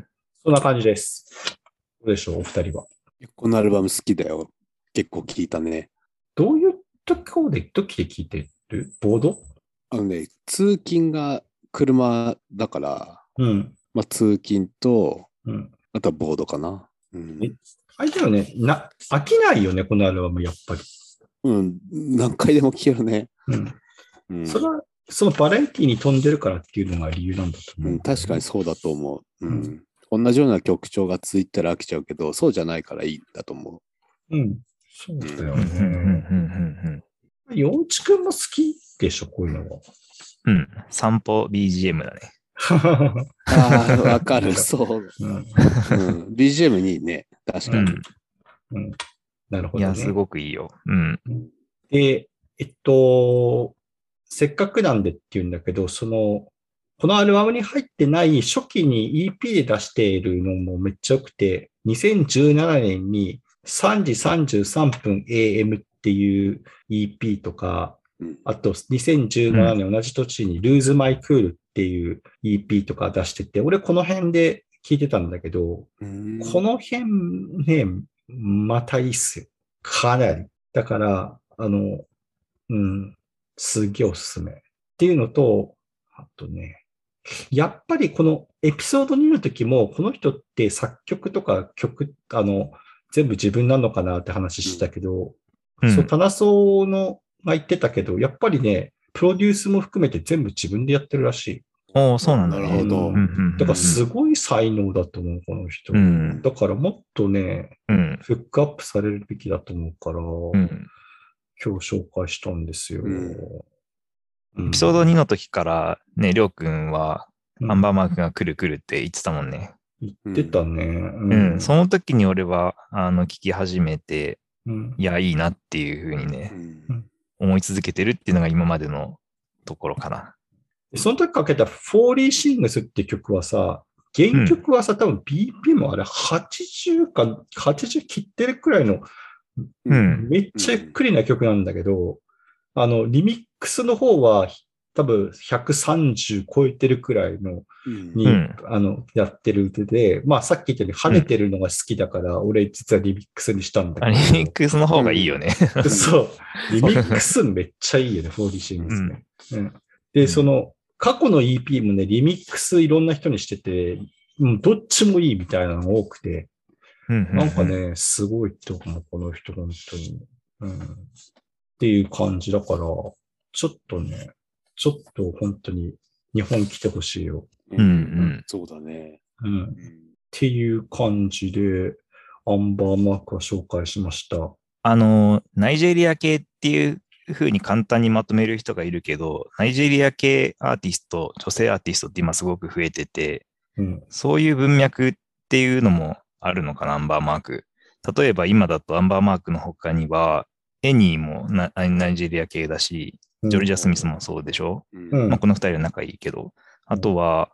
そんな感じです。どうでしょう、お二人は。 このアルバム好きだよ。結構聴いたね。 どういう時で、時で聴いてる？ボード？ あのね、通勤が車だから、 うん。 まあ通勤と、 うん。 あとはボードかな。うん。 えあれだよね。な、飽きないよね、このアルバム、やっぱり。 うん。何回でも聴けるね。 うん。 うん。 それは、そのバラエティに飛んでるからっていうのが理由なんだと思う。 うん、確かにそうだと思う。ううんん。同じような曲調がついたら飽きちゃうけど、そうじゃないからいいんだと思うん。そうだようんうんね。洋一くんも好きでしょ、こういうのは。 うんうん。うん。散歩 ビージーエム だね。 う。ああ、わかる。そう。 うんうん。ビージーエム にいいね。確かに。 うん。 うん。なるほど、ね。 いや、すごくいいよ。うん。 で、えっと、せっかくなんでっていうんだけど、その、このアルバムに入ってない初期に イーピー で出しているのもめっちゃ良くて、にせんじゅうななねんにさんじさんじゅうさんぷん エーエム っていう イーピー とか、 うんあとにせんじゅうななねん同じ年に Lose My Cool っていう イーピー とか出してて、俺この辺で聞いてたんだけど、 うんこの辺ね、またいいっすよ。かなり。だから、あの、うん、すっげえおすすめ。っていうのと、あとね、やっぱりこのエピソードにの時も、この人って作曲とか曲、あの、全部自分なのかなって話してたけど、 うんそう、タナソーのが言ってたけど、やっぱりね、プロデュースも含めて全部自分でやってるらしい。 おー、そうなんだね。 なるほどうんうんうんだからすごい才能だと思う、この人。 うんだからもっとね、 うん。 フックアップされるべきだと思うから、 うん。 今日紹介したんですよ。 うんエピソードにの時からね、りょうくんはうんアンバーマークが来る来るって言ってたもんね。 言ってたね。ううん。その時に俺は、あの、聞き始めて、 うんいや、いいなっていうふうにうね、 ん思い続けてるっていうのが今までのところかな。 その時かけたフォーリーシングスって曲はさ、原曲はさ、多分 ビーピー もあれはちじゅうかはちじゅう切ってるくらいのうん。 めっちゃゆっくりな曲なんだけど、あの、リミックスの方は多分ひゃくさんじゅう超えてるくらいのうんに、 うんあの、やってる歌で、まあさっき言ったように跳ねてるのが好きだから、俺実はリミックスにしたんだあけど。 リミックスの方がいいよね。 そう。リミックスめっちゃいいよね、フォーリーシングスね。うんで、その、過去の イーピー もね、リミックスいろんな人にしてて、うんどっちもいいみたいなのが多くて、 うんなんかね、すごいと思う、この人、本当に。うん。っていう感じだから、ちょっとね、ちょっと本当に日本来てほしいよ。 うんうんそうだね。 うん。っうんていう感じで、アンバーマークは紹介しました。 あの、ナイジェリア系っていう風に簡単にまとめる人がいるけど、ナイジェリア系アーティスト、女性アーティストって今すごく増えてて、 うん。 そういう文脈っていうのもあるのかな、アンバーマーク。例えば今だとアンバーマークの他には、エニーもナナイジェリア系だし、ジョルジャ・スミスもそうでしょ、 うんうんまあ、この二人は仲いいけど、あとは、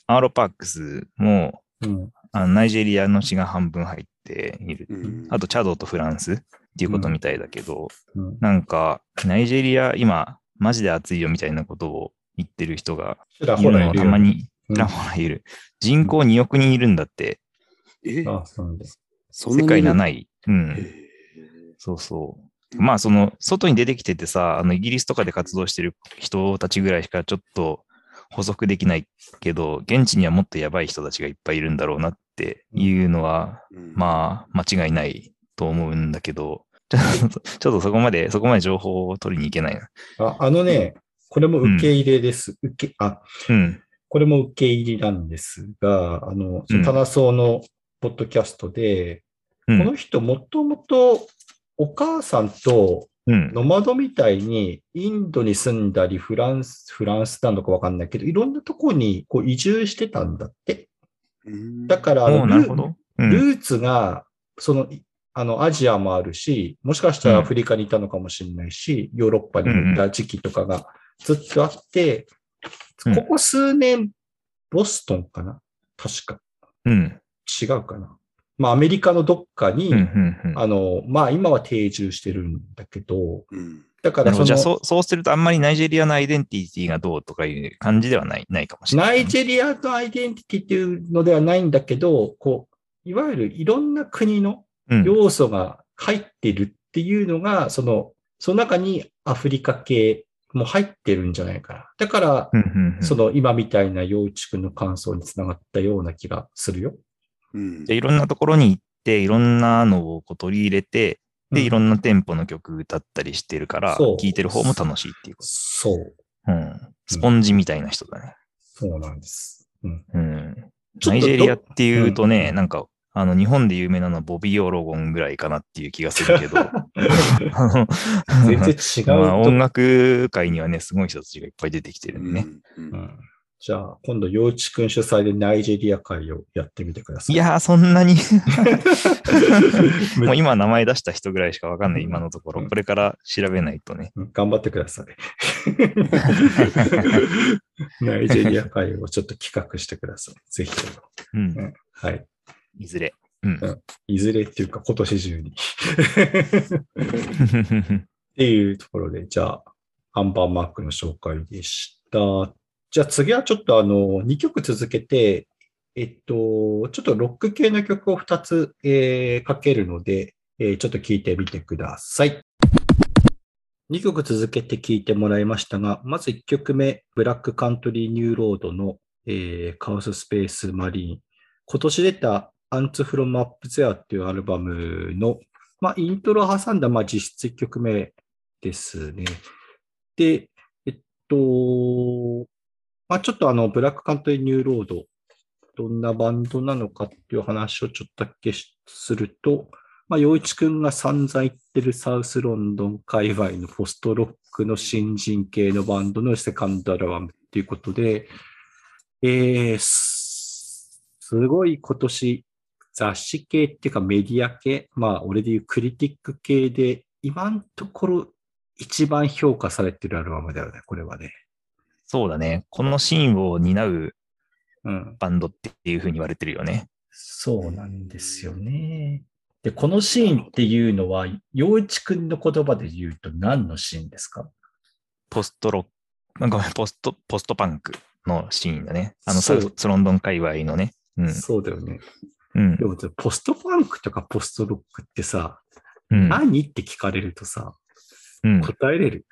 アーロパークスも、 うん。 あのナイジェリアの詩が半分入っている。 うんあと、チャドとフランスっていうことみたいだけど、 うん。 なんか、ナイジェリア今、マジで暑いよみたいなことを言ってる人がちらいるのをほらいるよ、ね。 たまに、 うんちらほらいる。人口におく人いるんだって、 えああ、そうなんです。 そんな世界にいるのなない。うん。 へーそうそう。まあ、その、外に出てきててさ、あの、イギリスとかで活動してる人たちぐらいしかちょっと補足できないけど、現地にはもっとやばい人たちがいっぱいいるんだろうなっていうのは、 うんまあ、間違いないと思うんだけど、ちょっと、ちょっとそこまで、そこまで情報を取りに行けないな。 あ、あのね、これも受け入れです。受け、あ、 うん。 これも受け入れなんですが、あの、そうんのタナソーのポッドキャストで、 うん。 この人もともとお母さんとうん。 ノマドみたいにインドに住んだり、フランス、フランスなのかわかんないけど、いろんなところにこう移住してたんだって。 うんだから、あおのルーなるほど。うん。 ルーツが、その、あの、アジアもあるし、もしかしたらアフリカにいたのかもしれないし、ヨーロッパにもいた時期とかがずっとあって、 うんここ数年、ボストンかな確か。 うん。 違うかな。まあ、アメリカのどっかに、 うん。うん。うん。 あの、まあ、今は定住してるんだけど、 うんだからそなるほど。じゃあ、その、 う、そうするとあんまりナイジェリアのアイデンティティがどうとかいう感じではない、ないかもしれない。 ナイジェリアのアイデンティティっていうのではないんだけど、こう、いわゆるいろんな国のうん。 要素が入ってるっていうのが、その、その中にアフリカ系も入ってるんじゃないかな。だからう、ん。うん。うんその今みたいな陽一君の感想につながったような気がするよ。 うんで、いろんなところに行って、いろんなのをこう取り入れて、で、 うんいろんなテンポの曲歌ったりしてるから、 そう聴いてる方も楽しいっていうこそう。 と。うん。スポンジみたいな人だね。 そうなんです。うん、 うん。 ちょっとどナイジェリアっていうとね、 うんなんか、あの、日本で有名なのはボビー・オロゴンぐらいかなっていう気がするけど。あの全然違うと。 まあ、音楽界にはね、すごい人たちがいっぱい出てきてるんでね。 うんうんじゃあ、今度、陽一君主催でナイジェリア会をやってみてください。 いやー、そんなにもう今名前出した人ぐらいしかわかんない、今のところ。これから調べないとね。 うん頑張ってください。ナイジェリア会をちょっと企画してください。ぜひ。 うんう。んはい。 いずれ。うん。 いずれっていうか、今年中に。っていうところで、じゃあ、アンバーマークの紹介でした。じゃあ次はちょっとあの、にきょく続けて、えっと、ちょっとロック系の曲をふたつ、えーかけるので、えーちょっと聞いてみてください。にきょく続けて聴いてもらいましたが、まずいっきょくめ、ブラックカントリーニューロードの、えーカオススペースマリーン。今年出たアンツフロムアップゼアっていうアルバムの、まあ、イントロを挟んだ、まあ、実質いっきょくめですね。で、えっと、まあ、ちょっとあの、ブラックカントリーニューロード、どんなバンドなのかっていう話をちょっとだけすると、まあ、陽一くんが散々言ってるサウスロンドン界隈のポストロックの新人系のバンドのセカンドアルバムっていうことで、えー、すすごい今年雑誌系っていうかメディア系、まあ俺で言うクリティック系で今のところ一番評価されてるアルバムだよね、これはね。 そうだね。このシーンを担ううん。 バンドっていう風に言われてるよね。 そうなんですよね。で、このシーンっていうのは、陽一くんの言葉で言うと何のシーンですか？ ポストロック、なんかポスト、ポストパンクのシーンだね。あの、 そうサウスロンドン界隈のね。うん。 そうだよね。 うんで。もポストパンクとかポストロックってさ、 うん。 何って聞かれるとさ、 うん、 答えれる？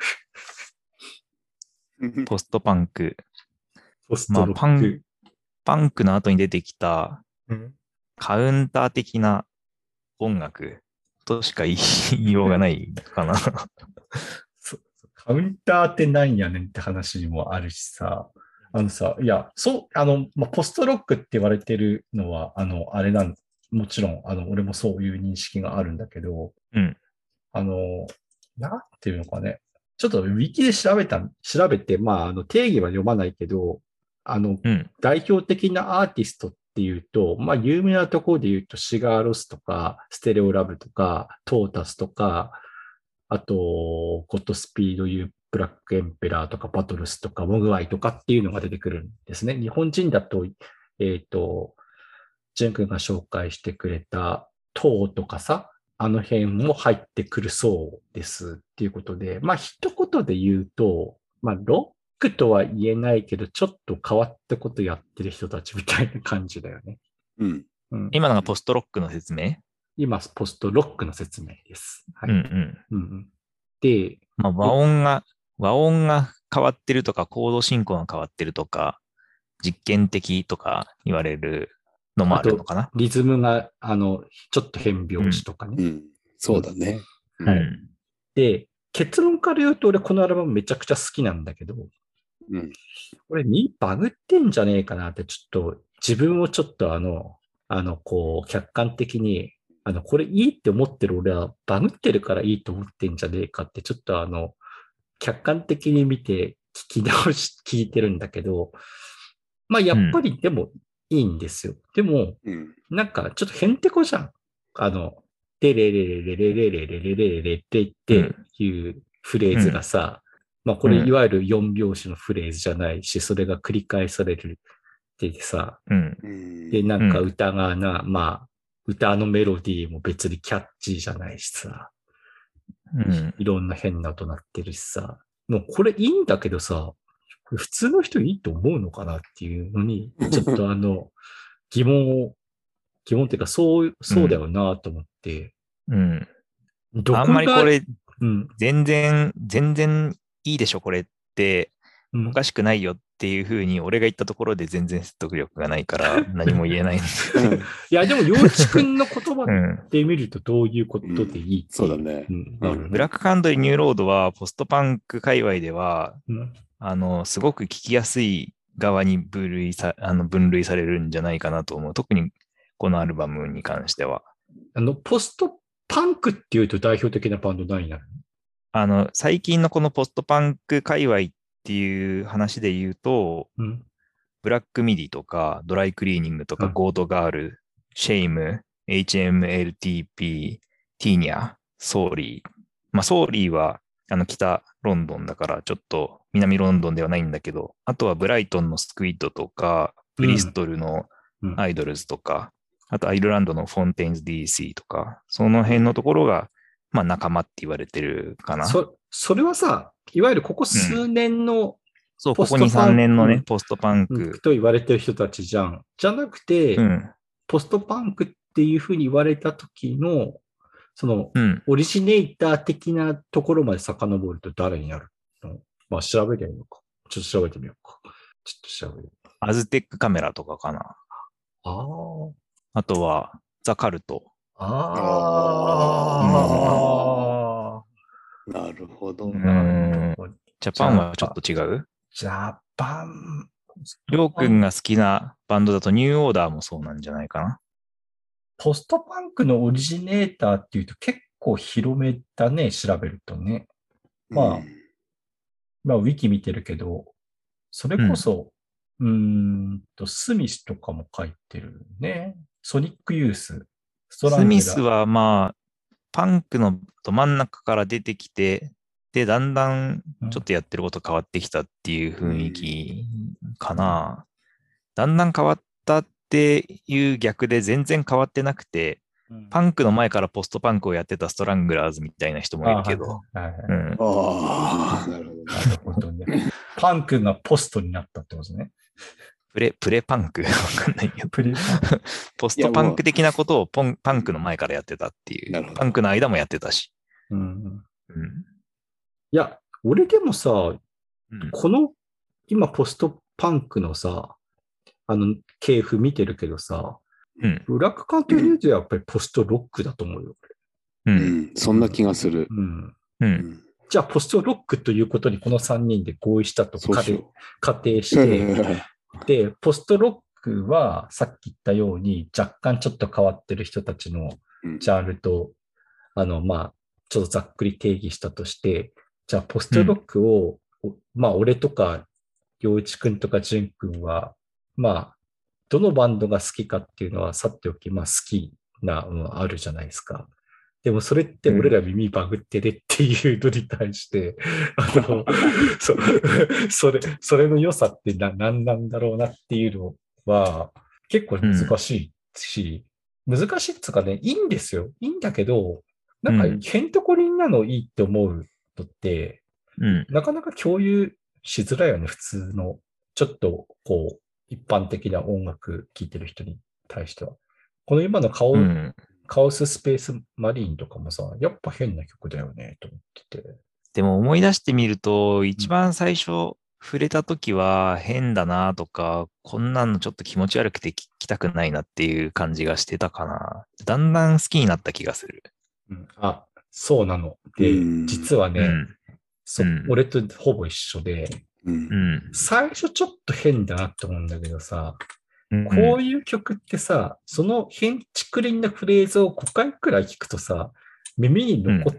ポストパンク。 ポストロック。 まあパンパンクの後に出てきたうんカウンター的な音楽としか言いようがないかな。 そカウンターって何やねんって話もあるしさ、あのさ、いや、そう、あの、まあ、ポストロックって言われてるのは、あの、あれなん、もちろん、あの、俺もそういう認識があるんだけど、 うん。 あの、なんていうのかね、ちょっとウィキで調べた、調べて、まあ、あの、定義は読まないけど、あの、 うん。 代表的なアーティストっていうと、まあ、有名なところで言うと、シガーロスとか、ステレオラブとか、トータスとか、あと、ゴッドスピード・ユー・ブラックエンペラーとかバトルスとかモグワイとかっていうのが出てくるんですね。日本人だと、えっと、ジュン君が紹介してくれたトウとかさ、あの辺も入ってくるそうですっていうことで、まあ一言で言うと、まあロックとは言えないけど、ちょっと変わったことやってる人たちみたいな感じだよね。 うん。 うん、 今のがポストロックの説明？ 今、ポストロックの説明です。はい。 うんうん。 うんうん、で、 まあ、和音が、和音が変わってるとか、コード進行が変わってるとか、実験的とか言われるのもあるのかな。 リズムが、あの、ちょっと変拍子とかね。 うん。うん、そうだね。 はい。 うん、 で、結論から言うと、俺このアルバムめちゃくちゃ好きなんだけど、 うん。 俺、にバグってんじゃねえかなって、ちょっと、自分をちょっとあの、あの、こう、客観的に、あの、これいいって思ってる俺はバグってるからいいと思ってんじゃねえかって、ちょっとあの、客観的に見て聞き直し、聞いてるんだけど、まあ、やっぱりでもいいんですよ。でも、 うん。 なんかちょっとへんてこじゃん。あの、レレレレレレレレレレレレってっていうフレーズがさ、まあこれいわゆるよん拍子のフレーズじゃないし、それが繰り返されるってさ、 うん。 で、なんか歌がな、まあ、歌のメロディーも別にキャッチーじゃないしさ、 うん、 いろんな変な音鳴ってるしさ、もうこれいいんだけどさ、普通の人いいと思うのかなっていうのに、ちょっとあの、疑問を、疑問っていうか、そう、そうだよなと思って。 うん。 どこがあんまりこれ、 うん、 全然、全然いいでしょ、これって、 うんおかしくないよっていうふうに、俺が言ったところで全然説得力がないから、何も言えないんですよ。 いや、でも、洋一くんの言葉で見るとどういうことでいいって、 そうだね。 ブラックカントリーニューロードは、ポストパンク界隈では、 うんあの、すごく聞きやすい側に分類さ、あの分類されるんじゃないかなと思う。特にこのアルバムに関しては。 あの、ポストパンクっていうと代表的なバンド何になるの？ あの、最近のこのポストパンク界隈っていう話で言うと、 うん、 ブラックミディとか、ドライクリーニングとか、 うん、 ゴートガール、シェイム、エイチエムエルティーピー、ティーニャ、ソーリー。まあ、ソーリーは、あの、北ロンドンだから、ちょっと南ロンドンではないんだけど、あとはブライトンのスクイッドとか、ブリストルのアイドルズとか、うん、あとアイルランドのフォンテインズ ディーシー とか、その辺のところが、まあ仲間って言われてるかな。 そ、それはさ、いわゆるここ数年の、うん、 そう、ここに、さんねんのね、ポストパンク。 と言われてる人たちじゃん。じゃなくて、うん、ポストパンクっていうふうに言われた時の、その、うん、オリジネーター的なところまで遡ると誰になるの？まあ、調べてみようか。ちょっと調べてみようか。ちょっと調べる。 アズテックカメラとかかな。 ああ。 あとは、ザ・カルト。 ああ。 なるほど。 うんジャパンはちょっと違う？ ジャパン。 りょうくんが好きなバンドだとニューオーダーもそうなんじゃないかな。 ポストパンクのオリジネーターっていうと結構広めだね、調べるとね。まあ、うん、まあ、ウィキ見てるけど、それこそ、うん、うーんと、スミスとかも書いてるね。ソニックユース。 ストラングラー。スミスはまあ、パンクのど真ん中から出てきて、で、だんだんちょっとやってること変わってきたっていう雰囲気かな。うん、だんだん変わったっていう逆で全然変わってなくて、うん、パンクの前からポストパンクをやってたストラングラーズみたいな人もいるけど。ああ、なるほどね。パンクがポストになったってことね。 プレ、プレパンクわかんないけど。プレパンポストパンク的なことをポンパンクの前からやってたっていう。パンクの間もやってたし。 うんうん、いや、俺でもさ、うん、この今ポストパンクのさ、あの系譜見てるけどさ、うん、ブラックカントリーズはやっぱりポストロックだと思うよ。 うん、うん、そんな気がする。 うんうん、じゃあ、ポストロックということにこのさんにんで合意したと仮定して、で、ポストロックはさっき言ったように若干ちょっと変わってる人たちのジャンルと、うん、あの、まあ、ちょっとざっくり定義したとして、じゃあ、ポストロックを、うん、まあ、俺とか、陽一くんとか淳くんは、まあ、どのバンドが好きかっていうのはさっておき、まあ、好きなのはあるじゃないですか。 でもそれって俺ら耳バグってねっていうのに対して、うん、あの、そ、それ、それの良さってな何なんだろうなっていうのは結構難しいし、うん、難しいっていうかね、いいんですよ。いいんだけど、なんかへんとこりんなのいいって思うのって、うん、なかなか共有しづらいよね、普通の。ちょっとこう、一般的な音楽聴いてる人に対しては。この今のカオ、うん、カオススペースマリーンとかもさ、やっぱ変な曲だよね、と思ってて。 でも思い出してみると、一番最初触れた時は変だなとか、こんなのちょっと気持ち悪くて聴きたくないなっていう感じがしてたかな。だんだん好きになった気がする。 うん、あ、そうなの。で、実はね、うんそうん、俺とほぼ一緒で、うん、最初ちょっと変だなって思うんだけどさ、うん、こういう曲ってさ、その変竹林なフレーズをごかいくらい聞くとさ、耳に残って、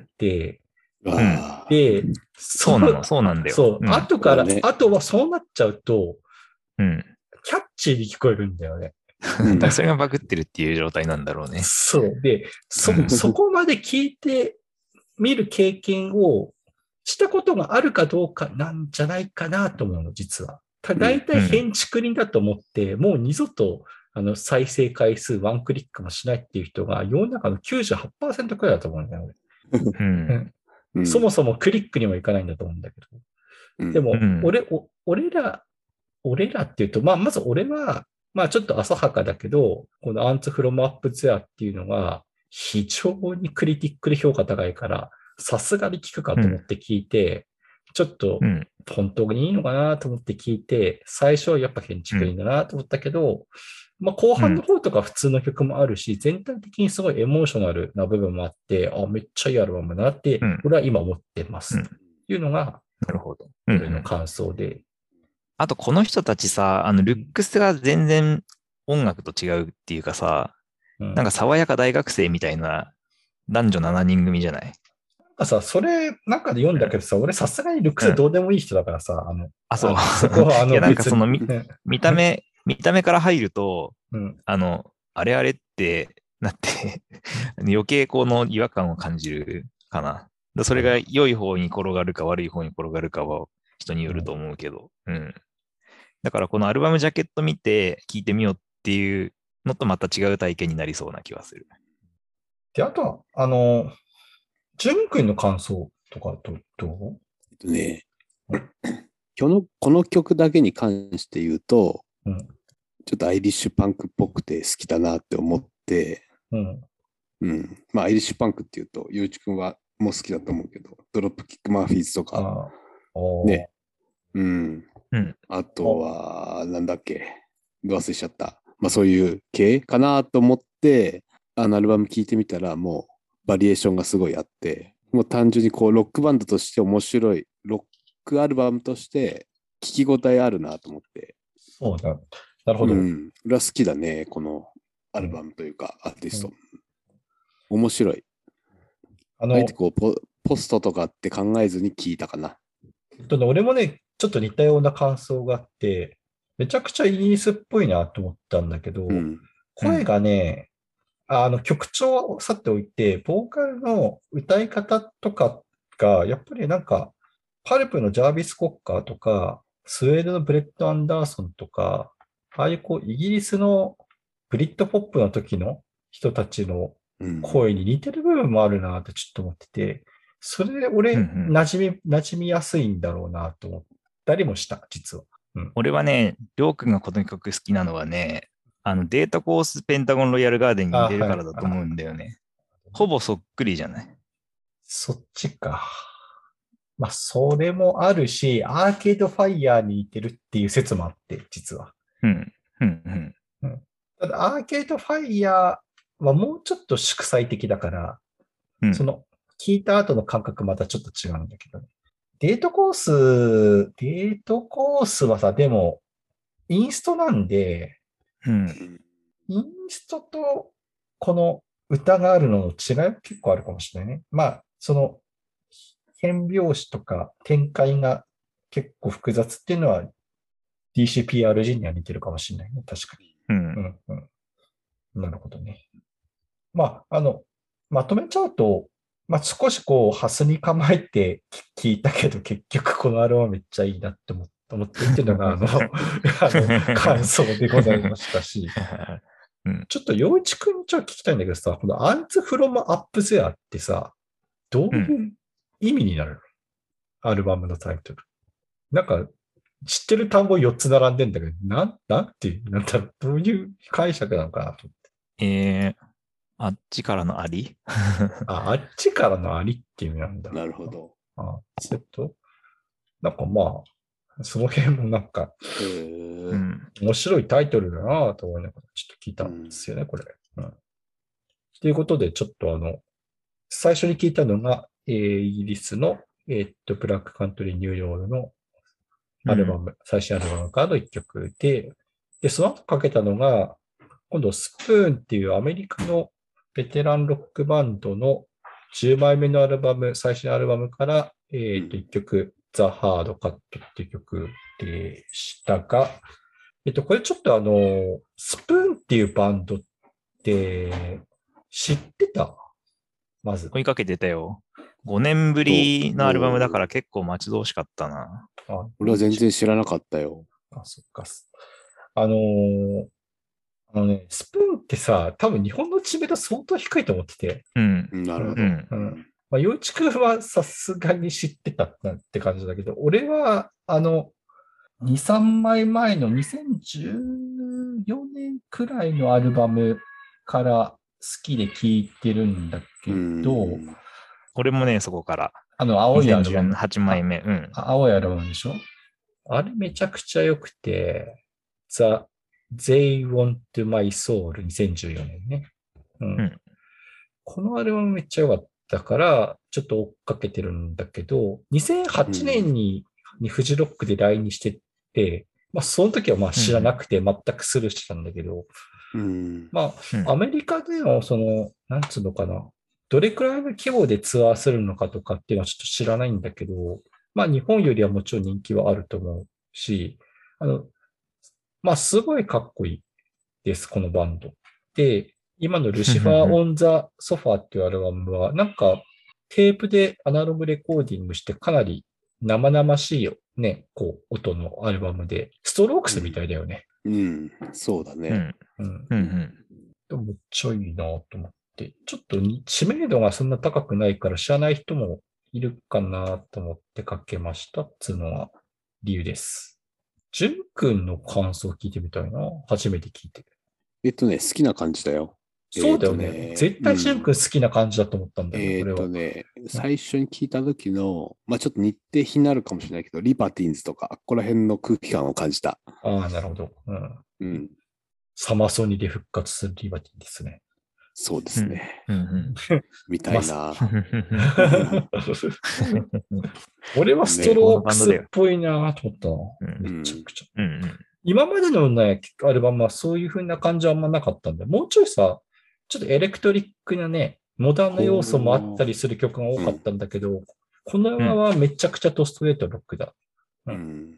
うん、で、 そうなの、そうなんだよ。 そう、うん、後から、ね、あとはそうなっちゃうと、うん、キャッチーに聞こえるんだよね。 だからそれがバグってるっていう状態なんだろうね。 そう。で、そ、そこまで聞いてみる経験をしたことがあるかどうかなんじゃないかなと思うの、実は。だいたい変竹林だと思って、うん、もう二度とあの再生回数ワンクリックもしないっていう人が世の中の きゅうじゅうはちパーセント くらいだと思うんだよね。うんうん、そもそもクリックにもいかないんだと思うんだけど。でも、うん、俺、お俺ら、俺らっていうと、まあ、まず俺は、まあちょっと浅はかだけど、このアンツフロムアップツアーっていうのが非常にクリティックで評価高いから、さすがに聞くかと思って聞いて、うん、ちょっと本当にいいのかなと思って聞いて、最初はやっぱ建築林だなと思ったけど、うん、まあ後半の方とか普通の曲もあるし、全体的にすごいエモーショナルな部分もあって、あ、めっちゃいいアルバムだなって、俺は今思ってます。というのが、 なるほど。 俺の感想で。 あと、この人たちさ、あの、ルックスが全然音楽と違うっていうかさ、うん、なんか爽やか大学生みたいな男女しちにん組じゃない？ なんかさ、それ、なんかで読んだけどさ、うん、俺さすがにルックスどうでもいい人だからさ、うん、あの、 あ、そう。 あそこはあの、 いや、なんかその見、見た目、見た目から入ると、うん、あの、あれあれってなって余計この違和感を感じるかな。それが良い方に転がるか悪い方に転がるかは人によると思うけど、うん。うんだからこのアルバムジャケット見て聴いてみようっていうのとまた違う体験になりそうな気はする。 で、あとは、あの、ジュン君の感想とかどどうえっとね、この、この曲だけに関して言うと、うん、ちょっとアイリッシュパンクっぽくて好きだなって思って、うん。うん。まあ、アイリッシュパンクっていうと、ゆういちくんはもう好きだと思うけど、ドロップキックマーフィーズとか、ね。うん。うん、あとは、なんだっけ、忘れしちゃった。まあそういう系かなと思って、あのアルバム聴いてみたら、もうバリエーションがすごいあって、もう単純にこうロックバンドとして面白い、ロックアルバムとして聴き応えあるなと思って。 そうだ。なるほど。 うん。俺は好きだね、このアルバムというか、アーティスト。うん、面白い。あの、あえてこうポ、ポストとかって考えずに聴いたかな。 俺もね、ちょっと似たような感想があって、めちゃくちゃイギリスっぽいなと思ったんだけど、うん、声がね、うん、あの曲調を去っておいて、ボーカルの歌い方とかが、やっぱりなんか、パルプのジャービス・コッカーとか、スウェーデンのブレッド・アンダーソンとか、ああいうこう、イギリスのブリッドポップの時の人たちの声に似てる部分もあるなってちょっと思ってて、それで俺、馴染み、馴染みやすいんだろうなと思ったりもした、実は。 うん、俺はね、りょうくんがこの曲好きなのはね、あのデータコースペンタゴンロイヤルガーデンに似てるからだと思うんだよね。はい、ほぼそっくりじゃない？ そっちか。まあ、それもあるし、アーケードファイヤーに似てるっていう説もあって、実は。うん。うん。うん。うん、ただ、アーケードファイヤーはもうちょっと祝祭的だから、うん、その、聞いた後の感覚またちょっと違うんだけどね。デートコース、デートコースはさ、でも、インストなんで、うん、インストとこの歌があるのの違いは結構あるかもしれないね。まあ、その、変拍子とか展開が結構複雑っていうのは ディーシーピーアールジー には似てるかもしれないね。確かに。うん。うんうん、なるほどね。まあ、あの、 まとめちゃうと、まあ、少しこう、ハスに構えて聞いたけど、結局このアルバムめっちゃいいなって思って思っていっていうのが、あの、あの、感想でございましたし、 うん、 ちょっと陽一くんにちょっと聞きたいんだけどさ、このアンツフロムアップゼアってさ、どういう意味になるの、うん、アルバムのタイトル。なんか、知ってる単語よっつ並んでんだけど、なん、なんていう、なんだろう、どういう解釈なのかなと思って。 えー、あっちからのありあ、あっちからのありっていう意味なんだ。 なるほど。 あ、えっと、なんかまあ、その辺もなんか、 へー面白いタイトルだなと思いながらちょっと聞いたんですよね、うん、これ。うん。ということで、ちょっとあの、最初に聞いたのが、えー、イギリスの、えー、っと、ブラックカントリーニューヨークのアルバム、うん、最新アルバムからの一曲で、で、その後かけたのが、今度スプーンっていうアメリカのベテランロックバンドのじゅうまいめのアルバム、最新アルバムから、えっと、一曲、The Hard Cut っていう曲でしたが、えっと、これちょっとあの、スプーンっていうバンドって知ってた？まず。 追いかけてたよ。ごねんぶりのアルバムだから結構待ち遠しかったな。 あ、俺は全然知らなかったよ。 あ、そっか。あのー、あのね、スプーンってさ、多分日本の知名度相当低いと思ってて。 うん。 なるほど。 うん。 うん。まあ、陽一くんはさすがに知ってたって感じだけど、俺は、あの、に、さんまいまえのにせんじゅうよねんくらいのアルバムから好きで聴いてるんだけど、 俺もね、そこから。 あの、青いアルバム。 にせんじゅうはちまいめ。うん。 青いアルバムでしょ？あれめちゃくちゃ良くて、The They Want My Soul にせんじゅうよねんね、うん。うん。このアルバムめっちゃ良かったから、ちょっと追っかけてるんだけど、にせんはちねんに、うん、にフジロックで来日してて、まあその時はまあ知らなくて全くスルーしてたんだけど、うん、まあアメリカでのその、なんつうのかな、どれくらいの規模でツアーするのかとかっていうのはちょっと知らないんだけど、まあ日本よりはもちろん人気はあると思うし、あの、まあすごいかっこいいです、このバンド。で、今のルシファー・オン・ザ・ソファーっていうアルバムは、なんかテープでアナログレコーディングしてかなり生々しいよね、こう、音のアルバムで、ストロークスみたいだよね。 うん、うん、そうだね。 うん。うんうん。でもめっちゃいいなと思って、ちょっと知名度がそんな高くないから知らない人もいるかなと思ってかけましたっていうのが理由です。ジュン君の感想を聞いてみたいな。初めて聞いて。 えっとね、好きな感じだよ。 そうだよね。えー、ね絶対ジュン君好きな感じだと思ったんだよ、 えー、っとね、最初に聞いた時の、まあちょっと日程比になるかもしれないけど、リバティーンズとか、ここら辺の空気感を感じた。 ああ、なるほど。うん。 うん。 サマソニで復活するリバティンですね。 そうですね。 うんうん、 みたいな。 俺はストロークスっぽいなと思ったな。ね、めちゃくちゃ。うんうん、今までの、ね、アルバムはそういう風な感じはあんまなかったんで、もうちょいさ、ちょっとエレクトリックなね、モダンな要素もあったりする曲が多かったんだけど、うん、この山はめちゃくちゃドストレートロックだ。 うん。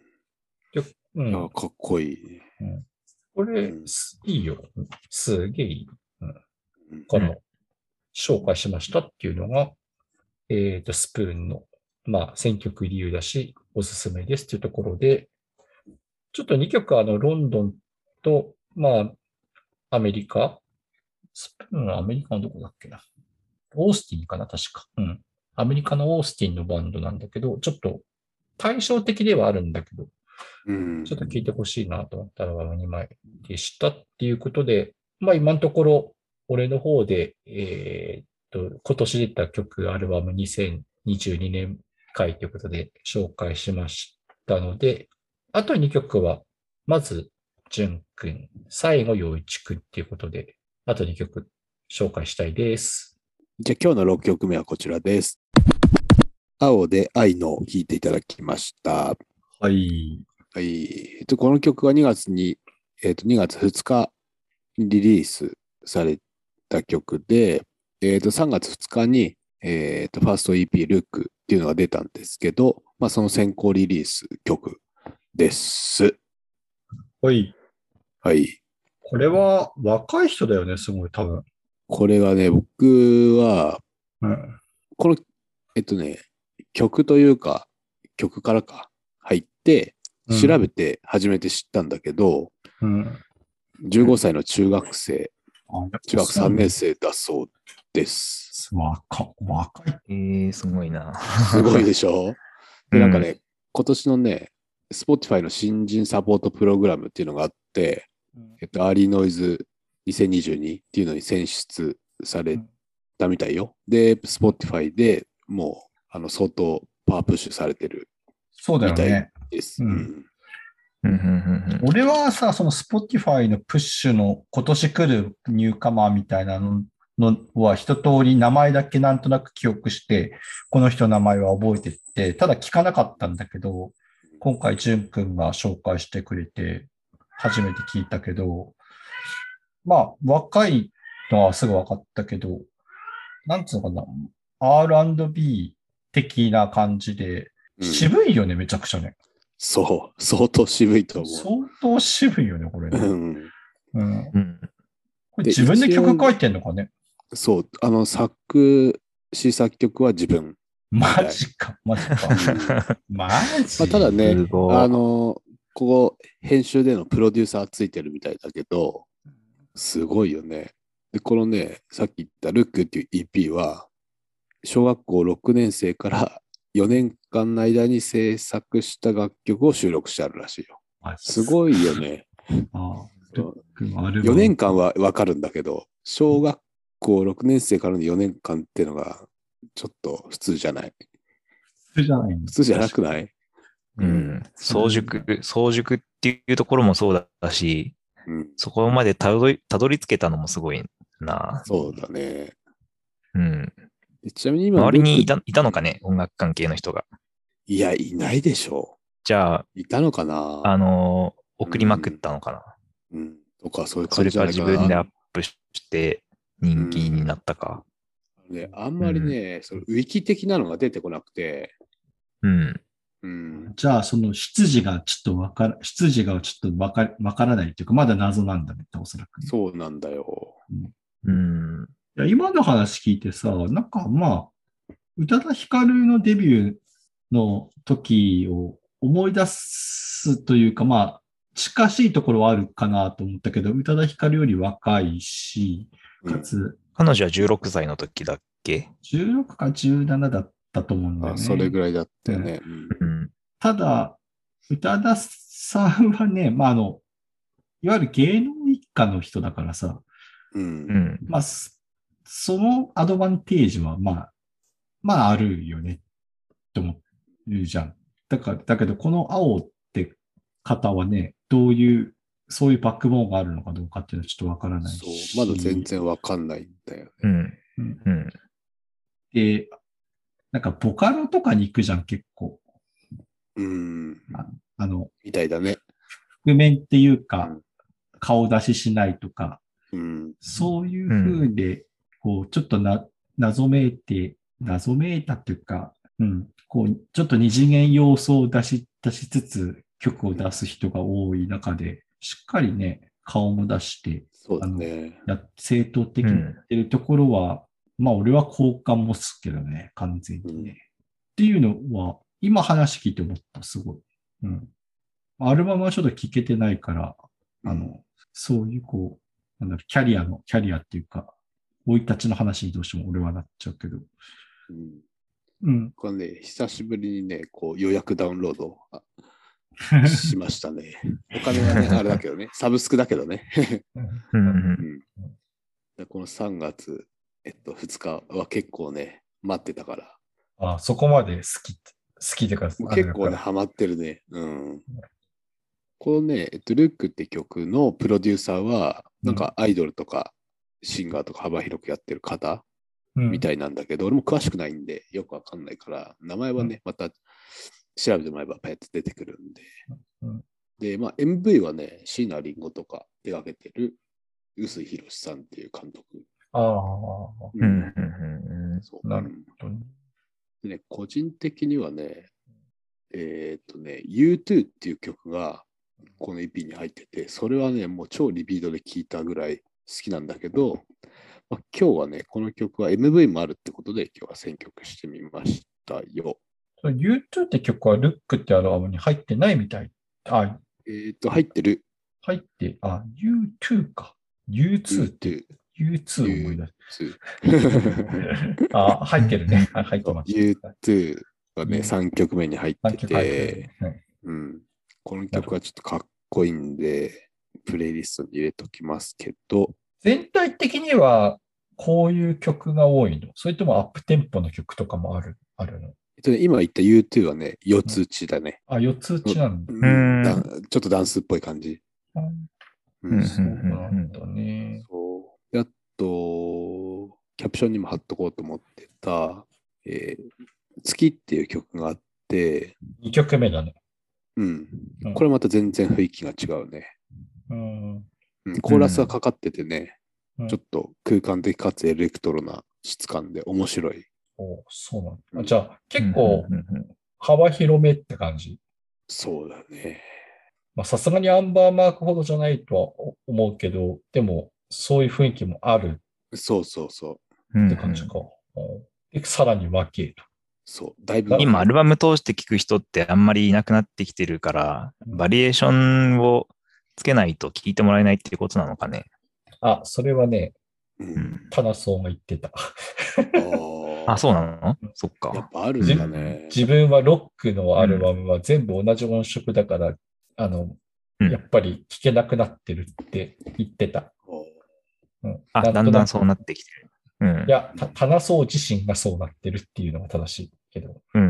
うん、 あ、かっこいい。 うん、これ、うん、いいよ。すげえいい。うん、この、紹介しましたっていうのが、えっと、スプーンの、まあ、選曲理由だし、おすすめですっていうところで、ちょっとにきょく、あの、ロンドンと、まあ、アメリカ、スプーンはアメリカのどこだっけな。オースティンかな、確か。うん。アメリカのオースティンのバンドなんだけど、ちょっと対照的ではあるんだけど、うん、ちょっと聞いてほしいなと思ったらにまいでしたっていうことで、まあ今のところ、俺の方で、えー、っと、今年出た曲、アルバムにせんにじゅうにねん回ということで紹介しましたので、あとにきょくは、まず、じゅんくん、最後、陽一くんっていうことで、あとにきょく紹介したいです。 じゃあ今日のろっきょくめはこちらです。青で愛のを聴いていただきました。 はい。 はい。えっと、この曲はにがつに、えっと、にがつふつかにリリースされた曲で、えっと、さんがつふつかに、えっと、ファースト イーピー ルックっていうのが出たんですけど、まあ、その先行リリース曲です。 はい。 はい。 これは若い人だよね、すごい多分。 これがね、僕は、 うん。 この、えっとね、曲というか、曲からか入って、調べて初めて知ったんだけど、 うん。 じゅうごさいの中学生、 あ、 中学さんねん生だそうです。 若若い。 えー、すごいな。 すごいでしょで、 うんなんかね、今年のね、Spotify の新人サポートプログラムっていうのがあって、えっと、アーリーノイズにせんにじゅうにっていうのに選出されたみたいよ。で、Spotify でもう、あの、相当パワープッシュされてるそうだみたいよね。 です。 うんうんうんうんうんうん俺はさ、その Spotify のプッシュの今年来るニューカマーみたいなののは一通り名前だけなんとなく記憶して、この人の名前は覚えてて、ただ聞かなかったんだけど、今回ジュン君が紹介してくれて、初めて聞いたけど、まあ、若いのはすぐ分かったけど、なんつうのかな、アールアンドビー 的な感じで、 うん渋いよね、めちゃくちゃね。 そう、相当渋いと思相当渋いよね、これう。 ね。 うんうん。 うんこれで自分で一応曲書いてんのかね。 そう、あの、作詞作曲は自分。 マジか、マジか。 うんマジ、 まあ、ただねす、ごいあの、ここ、編集でのプロデューサーついてるみたいだけど、すごいよね。で、このね、さっき言ったルックっていう イーピー は、小学校ろくねん生からよねんかんの間に制作した楽曲を収録してあるらしいよ。 マジすごいよね。 ああ、ルックのアルバムよねんかんはわかるんだけど、小学校ろくねん生からのよねんかんっていうのが、ちょっと普通じゃない。 普通じゃない。 普通じゃなくない？ うん。早熟、早熟っていうところもそうだし、 うん、 そこまでたどり、たどり着けたのもすごいな。 そうだね。 うん。 でちなみに今、 周りにいルックたいたのかね、音楽関係の人が。 いや、いないでしょじゃあ、 う。いたのかなあのー送りまくったのかな。 うん。とか、そういうそれか感じじゃないかな。 自分でアップして人気になったか。 ね、あんまりね、そのウィキ的なのが出てこなくて、 うん。 うん。 じゃあ、その出自がちょっとわから、出自がちょっとわかわからないっていうか、まだ謎なんだね、おそらくね。 そうなんだよ。 うん。 いや今の話聞いてさ、なんかまあ、宇多田ヒカルのデビューの時を思い出すというか、まあ、近しいところはあるかなと思ったけど、宇多田ヒカルより若いし、かつ、 彼女はじゅうろくさいの時だっけ？ じゅうろくかじゅうななだったと思うんだよあ、 ね。 それぐらいだったよね。うんうん。 ただ、宇多田さんはね、まあ、あの、いわゆる芸能一家の人だからさ、 う。 うんん。 まあ、すそのアドバンテージは、まあ、まあ、あるよね、と思うじゃん。だから、だけど、この青って方はね、どういう、そういうバックボーンがあるのかどうかっていうのはちょっとわからないそう。 し。 まだ全然わかんないんだよね。 うん。 うんうん。 で、なんか、ボカロとかに行くじゃん、結構。 うん。 あの、 みたいだね。 覆面っていううか、 ん。 顔出ししないとか、 うん。 そういう風で、こう、ちょっとな、謎めいて、謎めいたっていうか、うん、こう、ちょっと二次元要素を出し、出しつつ曲を出す人が多い中で、しっかりね、顔も出して、 そうだね。 や、正当的にやってるところは、まあ俺は好感持つけどね、完全にね。 うんっていうのは、今話聞いて思った、すごい。うん。アルバムはちょっと聞けてないから、あの、そういうこう、なんだろう、キャリアの、キャリアっていうか、生い立ちの話にどうしても俺はなっちゃうけど。 うん。 うん。 これね、久しぶりにね、こう予約ダウンロードあしましたね。お金はね、あれだけどね、サブスクだけどね。 うん。 うんでこのさんがつ、えっと、ふつかは結構ね、待ってたから。 あ、そこまで好きって、好きってか、 もう結構ね、ハマってるね。うん。このね、えっと、ルックって曲のプロデューサーは、なんかアイドルとかシンガーとか幅広くやってる方みたいなんだけど、俺も詳しくないんで、よくわかんないから、名前はね、また調べてもらえばパッと出てくるんで。 うんで、まあ、エムブイ はね、椎名林檎とか手掛けてる臼井宏さんっていう監督。 ああ、 うん。うん。 そうなるほどね。 でね、個人的にはね、えーっとね、ユーツー っていう曲がこの イーピー に入ってて、それはね、もう超リピートで聴いたぐらい好きなんだけど、 まあ、今日はね、この曲は エムブイ もあるってことで、今日は選曲してみましたよ。 ユーツー って曲はルックってアルバムに入ってないみたい。あ、 えっと、入ってる。 入って、あ、ユーツー か。ユーツー って、ユーツー 思い出す。 ユーツーあ、入ってるね。入ってます。 ユーツー がね、さんきょくめに入ってて、 はいうん、この曲はちょっとかっこいいんで、プレイリストに入れときますけど。 全体的にはこういう曲が多いの？それともアップテンポの曲とかもあるあるの？ えっとね、今言った ユーツー はね、よっつ打ちだね。 あ、よっつ打ちなんだ。 うんだちょっとダンスっぽい感じ。 うん、そうなんだね。 そう。あと、キャプションにも貼っとこうと思ってた、えー、月っていう曲があって、 にきょくめだね。 うん。これまた全然雰囲気が違うね。 うんうん、コーラスがかかっててね、 うん、 ちょっと空間的かつエレクトロな質感で面白い。 おそうなんだ。うん、じゃあ結構幅広めって感じ？ そうだね。 まあさすがにアンバーマークほどじゃないとは思うけど、でもそういう雰囲気もある。 そうそうそう。 って感じか。うんうん、でさらに分ける。 そう、だいぶ。 今、アルバム通して聴く人ってあんまりいなくなってきてるから、バリエーションをつけないと聴いてもらえないっていうことなのかね。 あ、それはね、 うん、 タナソーが言ってた。 あ、そうなの？そっか。 やっぱあるんだね。 自分はロックのアルバムは全部同じ音色だから、うん、あの、うん、やっぱり聴けなくなってるって言ってた。 うん、あ、だんだんそうなってきてる。うん、 いや、タナソー自身がそうなってるっていうのが正しいけど。 うんうん、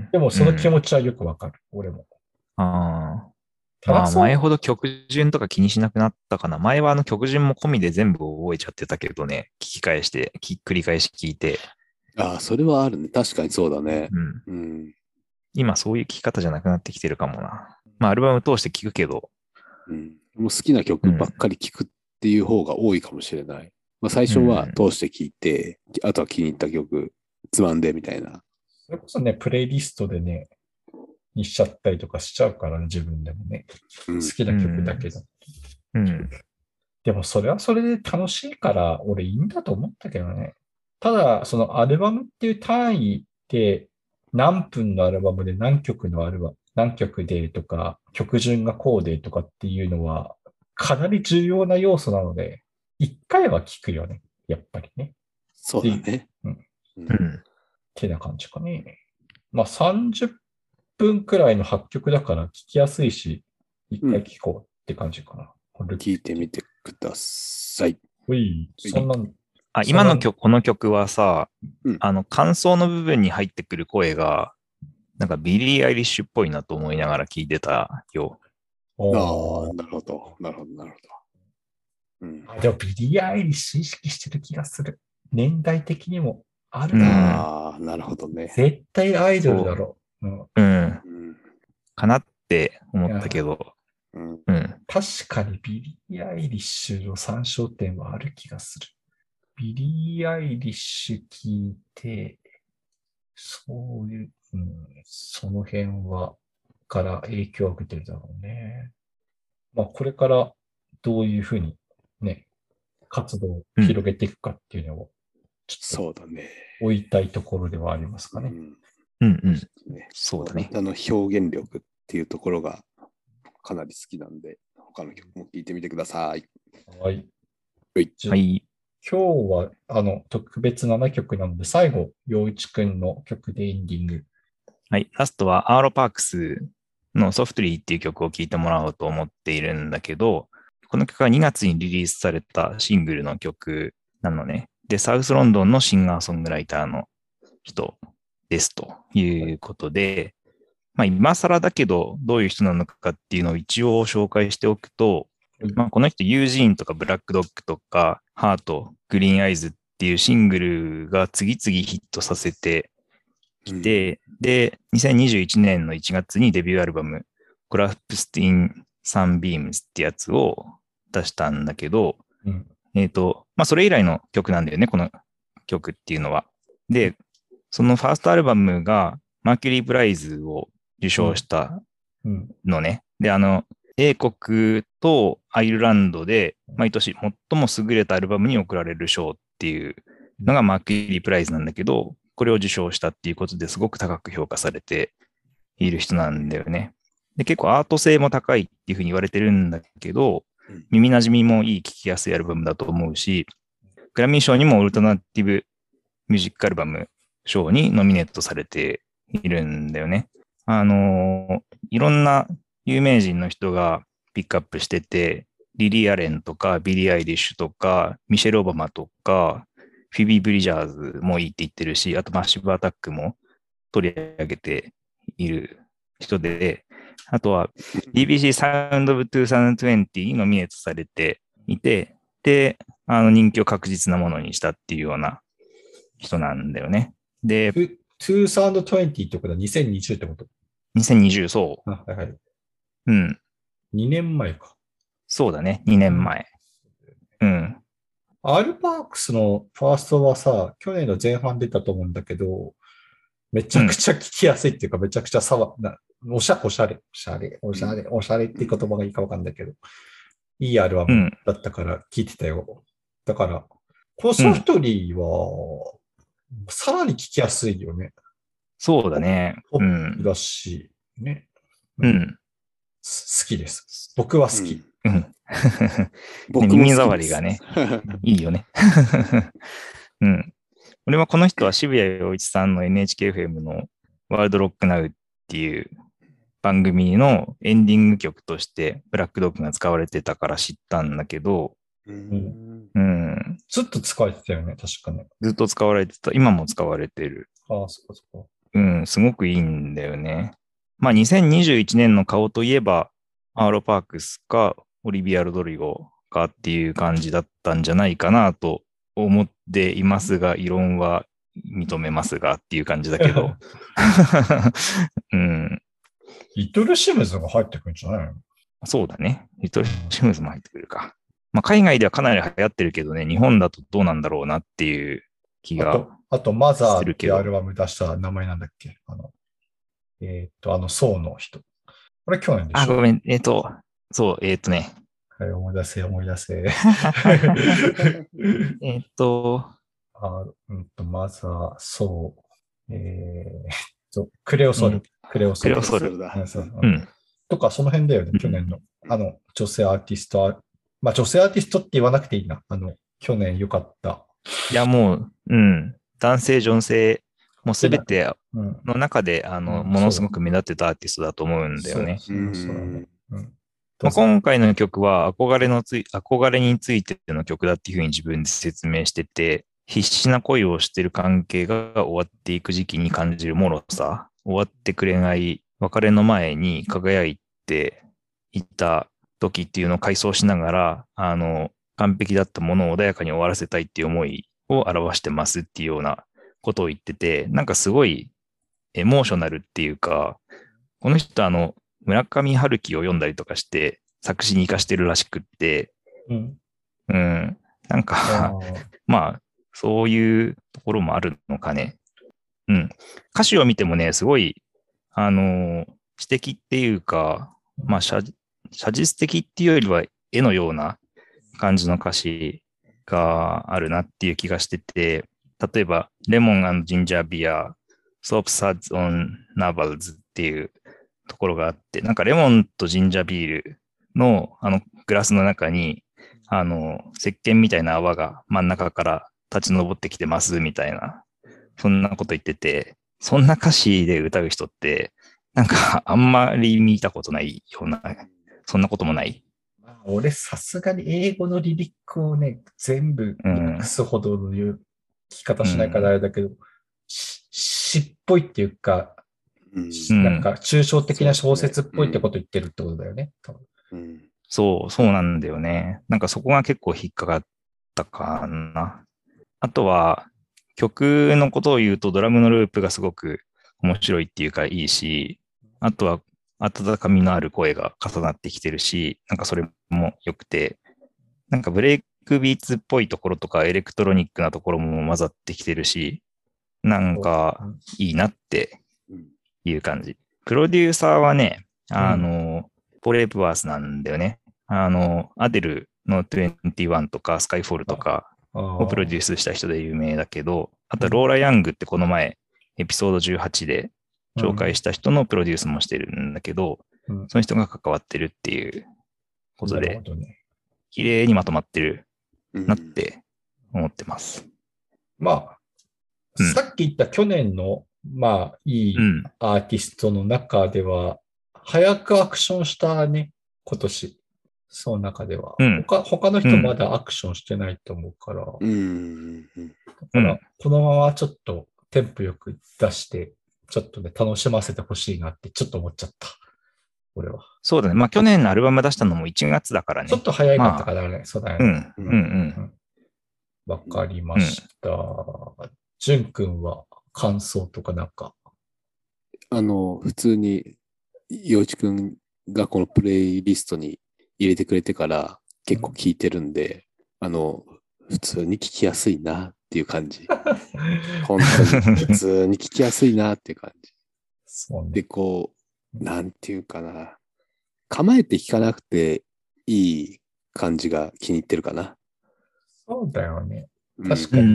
でもその気持ちはよくわかる、うん、俺も。 ああ。まあ前ほど曲順とか気にしなくなったかな。前はあの曲順も込みで全部覚えちゃってたけどね、聞き返して、繰り返し聞いて。 ああ、それはあるね。確かにそうだね。 うんうん、 今そういう聞き方じゃなくなってきてるかもな。まあアルバム通して聞くけど。 うん、もう好きな曲ばっかり聞くっていう方が多いかもしれない。まあ、最初は通して聞いて、うん、あとは気に入った曲つまんでみたいな。 それこそね、プレイリストでね、にしちゃったりとかしちゃうからね、自分でもね。うん、好きな曲だけだ、 うん。うん。 でもそれはそれで楽しいから、俺いいんだと思ったけどね。ただ、そのアルバムっていう単位で、何分のアルバムで何曲のアルバム、何曲でとか、曲順がこうでとかっていうのは、かなり重要な要素なので、一回は聞くよね。やっぱりね。 そうだね。 うん。うん。ってな感じかね。まあさんじゅっぷんくらいのはっきょくだから聞きやすいし、一回聞こうって感じかな。 うん、聞いてみてください。 うい、そんな、 あ、今の曲、この曲はさ、うん、あの、感想の部分に入ってくる声が、なんかビリー・アイリッシュっぽいなと思いながら聞いてたよ。 ああ、なるほど、なるほど、なるほど。 うん、あでもビリー・アイリッシュ意識してる気がする。年代的にもあるな。ああ、なるほどね。 絶対アイドルだろう。うん。 うん、かなって思ったけど。 うんうん、 確かにビリー・アイリッシュの参照点はある気がする。ビリー・アイリッシュ聞いて、そういう、うん、その辺は、から影響を受けてるだろうね。まあ、これからどういうふうにね、活動を広げていくかっていうのを、ちょっと、 そうだね。 追いたいところではありますかね。 うんうんうん。そうだね。 あの表現力っていうところがかなり好きなんで、他の曲も聴いてみてください。 はい。 はい。 今日はあの特別ななきょくなので、最後、陽一くんの曲でエンディング。 はい。ラストはアーロパークスのソフトリーっていう曲を聴いてもらおうと思っているんだけど、この曲はにがつにリリースされたシングルの曲なのね。で、サウスロンドンのシンガーソングライターの人ですということで、まあ今更だけどどういう人なのかっていうのを一応紹介しておくと、まあこの人ユージーンとかブラックドッグとかハート、グリーンアイズっていうシングルが次々ヒットさせてきて、うん、で、にせんにじゅういちねんのいちがつにデビューアルバムコラプスティン・サンビームズってやつを出したんだけど、うん、えっと、まあそれ以来の曲なんだよね、この曲っていうのは。で、そのファーストアルバムがマーキュリープライズを受賞したのね。うん、で、あの、英国とアイルランドで毎年最も優れたアルバムに贈られる賞っっていうのがマーキュリープライズなんだけど、これを受賞したっていうことですごく高く評価されている人なんだよね。で、結構アート性も高いっていうふうに言われてるんだけど、耳馴染みもいい聴きやすいアルバムだと思うし、グラミー賞にもオルタナティブミュージックアルバム賞にノミネートされているんだよね。あの、いろんな有名人の人がピックアップしてて、リリー・アレンとかビリー・アイリッシュとかミシェル・オバマとかフィビー・ブリジャーズもいいって言ってるし、あとマッシブ・アタックも取り上げている人で、あとは ビービーシー サウンド・オブ・にせんにじゅうにノミネートされていて、で、あの人気を確実なものにしたっていうような人なんだよね。で、 にせんにじゅうってことはにせんにじゅうってこと？ にせんにじゅう、そう。はいはい。 うん。 にねんまえか。 そうだね、にねんまえ。うん。 アルパークスのファーストはさ、去年の前半出たと思うんだけど、めちゃくちゃ聞きやすいっていうか、うん、めちゃくちゃさわなおしゃ、おしゃれ、おしゃれ、おしゃれ、おしゃれって言葉がいいかわかんないけど、いいアルバムだったから聞いてたよ。うん、だから、このソフトリーは、さらに聞きやすいよね。 そうだね。 ポップだし、うん、ね。 うん。 好きです。僕は好き。 うん。僕も耳障りがね、いいよね。うん。俺はこの人は渋谷陽一さんの エヌエイチケーエフエム のワールドロックナウっていう番組のエンディング曲としてブラックドッグが使われてたから知ったんだけど、 うん。うん、ずっと使われてたよね、確かね。 ずっと使われてた。今も使われてる。 ああ、そっかそっか。 うん、すごくいいんだよね。まあにせんにじゅういちねんの顔といえば、アーロ・パークスかオリビア・ロドリゴかっていう感じだったんじゃないかなと思っていますが、異論は認めますがっていう感じだけど。うん、 リトル・シムズが入ってくるんじゃないの？ そうだね。リトル・シムズも入ってくるか。まあ、海外ではかなり流行ってるけどね、日本だとどうなんだろうなっていう気がするけど。 あと、あとマザーってアルバム出した名前なんだっけ？あの、えっと、あの、ソーの人。これ去年でしょ？ あ、ごめん。えっと、そう、えっとね。 はい、思い出せ、思い出せ。 えっと、 あ、うんと、マザー、ソー、えー、と、クレオソル。クレオソル。 クレオソルだ。 うん。 とか、その辺だよね、去年の。あの、女性アーティスト、まあ、女性アーティストって言わなくていいな。あの、去年良かった。 いや、もう、うん。男性、女性、もうすべての中で、あの、ものすごく目立ってたアーティストだと思うんだよね。まあ、今回の曲は憧れのつい、憧れについての曲だっていうふうに自分で説明してて、必死な恋をしている関係が終わっていく時期に感じる脆さ、終わってくれない別れの前に輝いていた時っていうのを回想しながら、あの、完璧だったものを穏やかに終わらせたいっていう思いを表してますっていうようなことを言ってて、なんかすごいエモーショナルっていうか、この人あの、村上春樹を読んだりとかして作詞に活かしてるらしくって、うん。うん、なんか、まあ、そういうところもあるのかね。うん。歌詞を見てもね、すごい、あの、詩的っていうか、まあ写、写実的っていうよりは絵のような感じの歌詞があるなっていう気がしてて、例えば、レモン&ジンジャービア、ソープサッズ・オン・ナバルズっていうところがあって、なんかレモンとジンジャービールのあのグラスの中に、あの、石鹸みたいな泡が真ん中から立ち上ってきてますみたいな、そんなこと言ってて、そんな歌詞で歌う人って、なんかあんまり見たことないような、そんなこともない。 俺さすがに英語のリリックをね、全部ミックスほどのいう聞き方しないからあれだけど、うん、詩っぽいっていうか、うん、なんか抽象的な小説っぽいってこと言ってるってことだよね。 うん、そう、そうなんだよね。なんかそこが結構引っかかったかな。あとは、曲のことを言うとドラムのループがすごく面白いっていうかいいし、あとは温かみのある声が重なってきてるし、なんかそれも良くて、なんかブレイクビーツっぽいところとかエレクトロニックなところも混ざってきてるし、なんかいいなっていう感じ。プロデューサーはね、あの、うん、ポレープワースなんだよね。あの、アデルのにじゅういちとかスカイフォールとかをプロデュースした人で有名だけど、あとローラ・ヤングってこの前、エピソードじゅうはちで紹介した人のプロデュースもしてるんだけど、 うん、 その人が関わってるっていうことで、 ね、 綺麗にまとまってるなって思ってます。 うん、まあ、うん、さっき言った去年の、まあ、いいアーティストの中では、うん、早くアクションしたね、今年。その中では、うん、他。他の人まだアクションしてないと思うから。うん、だから、このままちょっとテンポよく出して、ちょっとね、楽しませてほしいなってちょっと思っちゃった。俺は。 そうだね。まあ去年のアルバム出したのもいちがつだからね。 ちょっと早いかったからね。まあ、そうだよね。 うん。うんうんわ、うん、かりました。じゅんくんは感想とかなんか。 あの、普通に、陽一くんがこのプレイリストに入れてくれてから結構聞いてるんで、うん、あの、普通に聞きやすいなっていう感じ。本当に普通に聞きやすいなっていう感じ。 そうね、 で、こう、なんていうかな。構えて聞かなくていい感じが気に入ってるかな。 そうだよね。確かに、うん、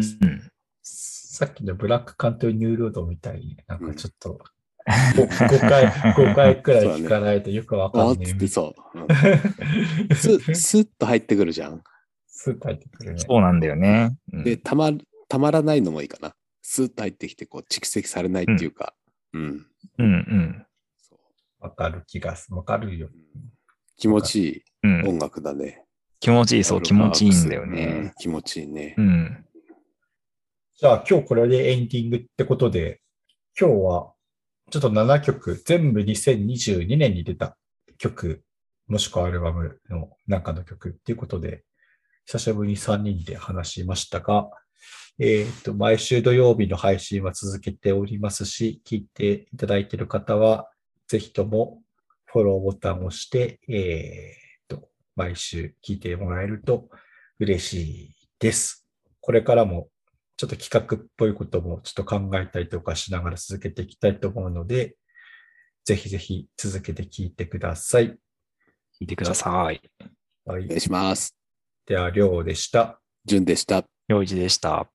さっきのブラックカントリーニューロードみたいになんかちょっと、うん、ごかい、ごかいくらい聞かないとよくわかんない。 ね、そう。うん、ス, スッと入ってくるじゃん。 スッと入ってくるね。 そうなんだよね。 うん、で、たま、たまらないのもいいかな。スッと入ってきて、こう、蓄積されないっていうか。うん。うん、 うん、うんわかる気がする。わかるよ。 気持ちいい音楽だね。うん、 気持ちいい、そう、気持ちいいんだよね。 うん、気持ちいいね。 うん。 じゃあ今日これでエンディングってことで、今日はちょっとななきょく、全部にせんにじゅうにねんに出た曲、もしくはアルバムの中の曲っていうことで、久しぶりにさんにんで話しましたが、えっと、毎週土曜日の配信は続けておりますし、聞いていただいている方は、ぜひともフォローボタンを押して、えっと、毎週聞いてもらえると嬉しいです。これからもちょっと企画っぽいこともちょっと考えたりとかしながら続けていきたいと思うので、ぜひぜひ続けて聞いてください。 聞いてください。 はい、お願いします。 では、りょうでした。 じゅんでした。 よういちでした。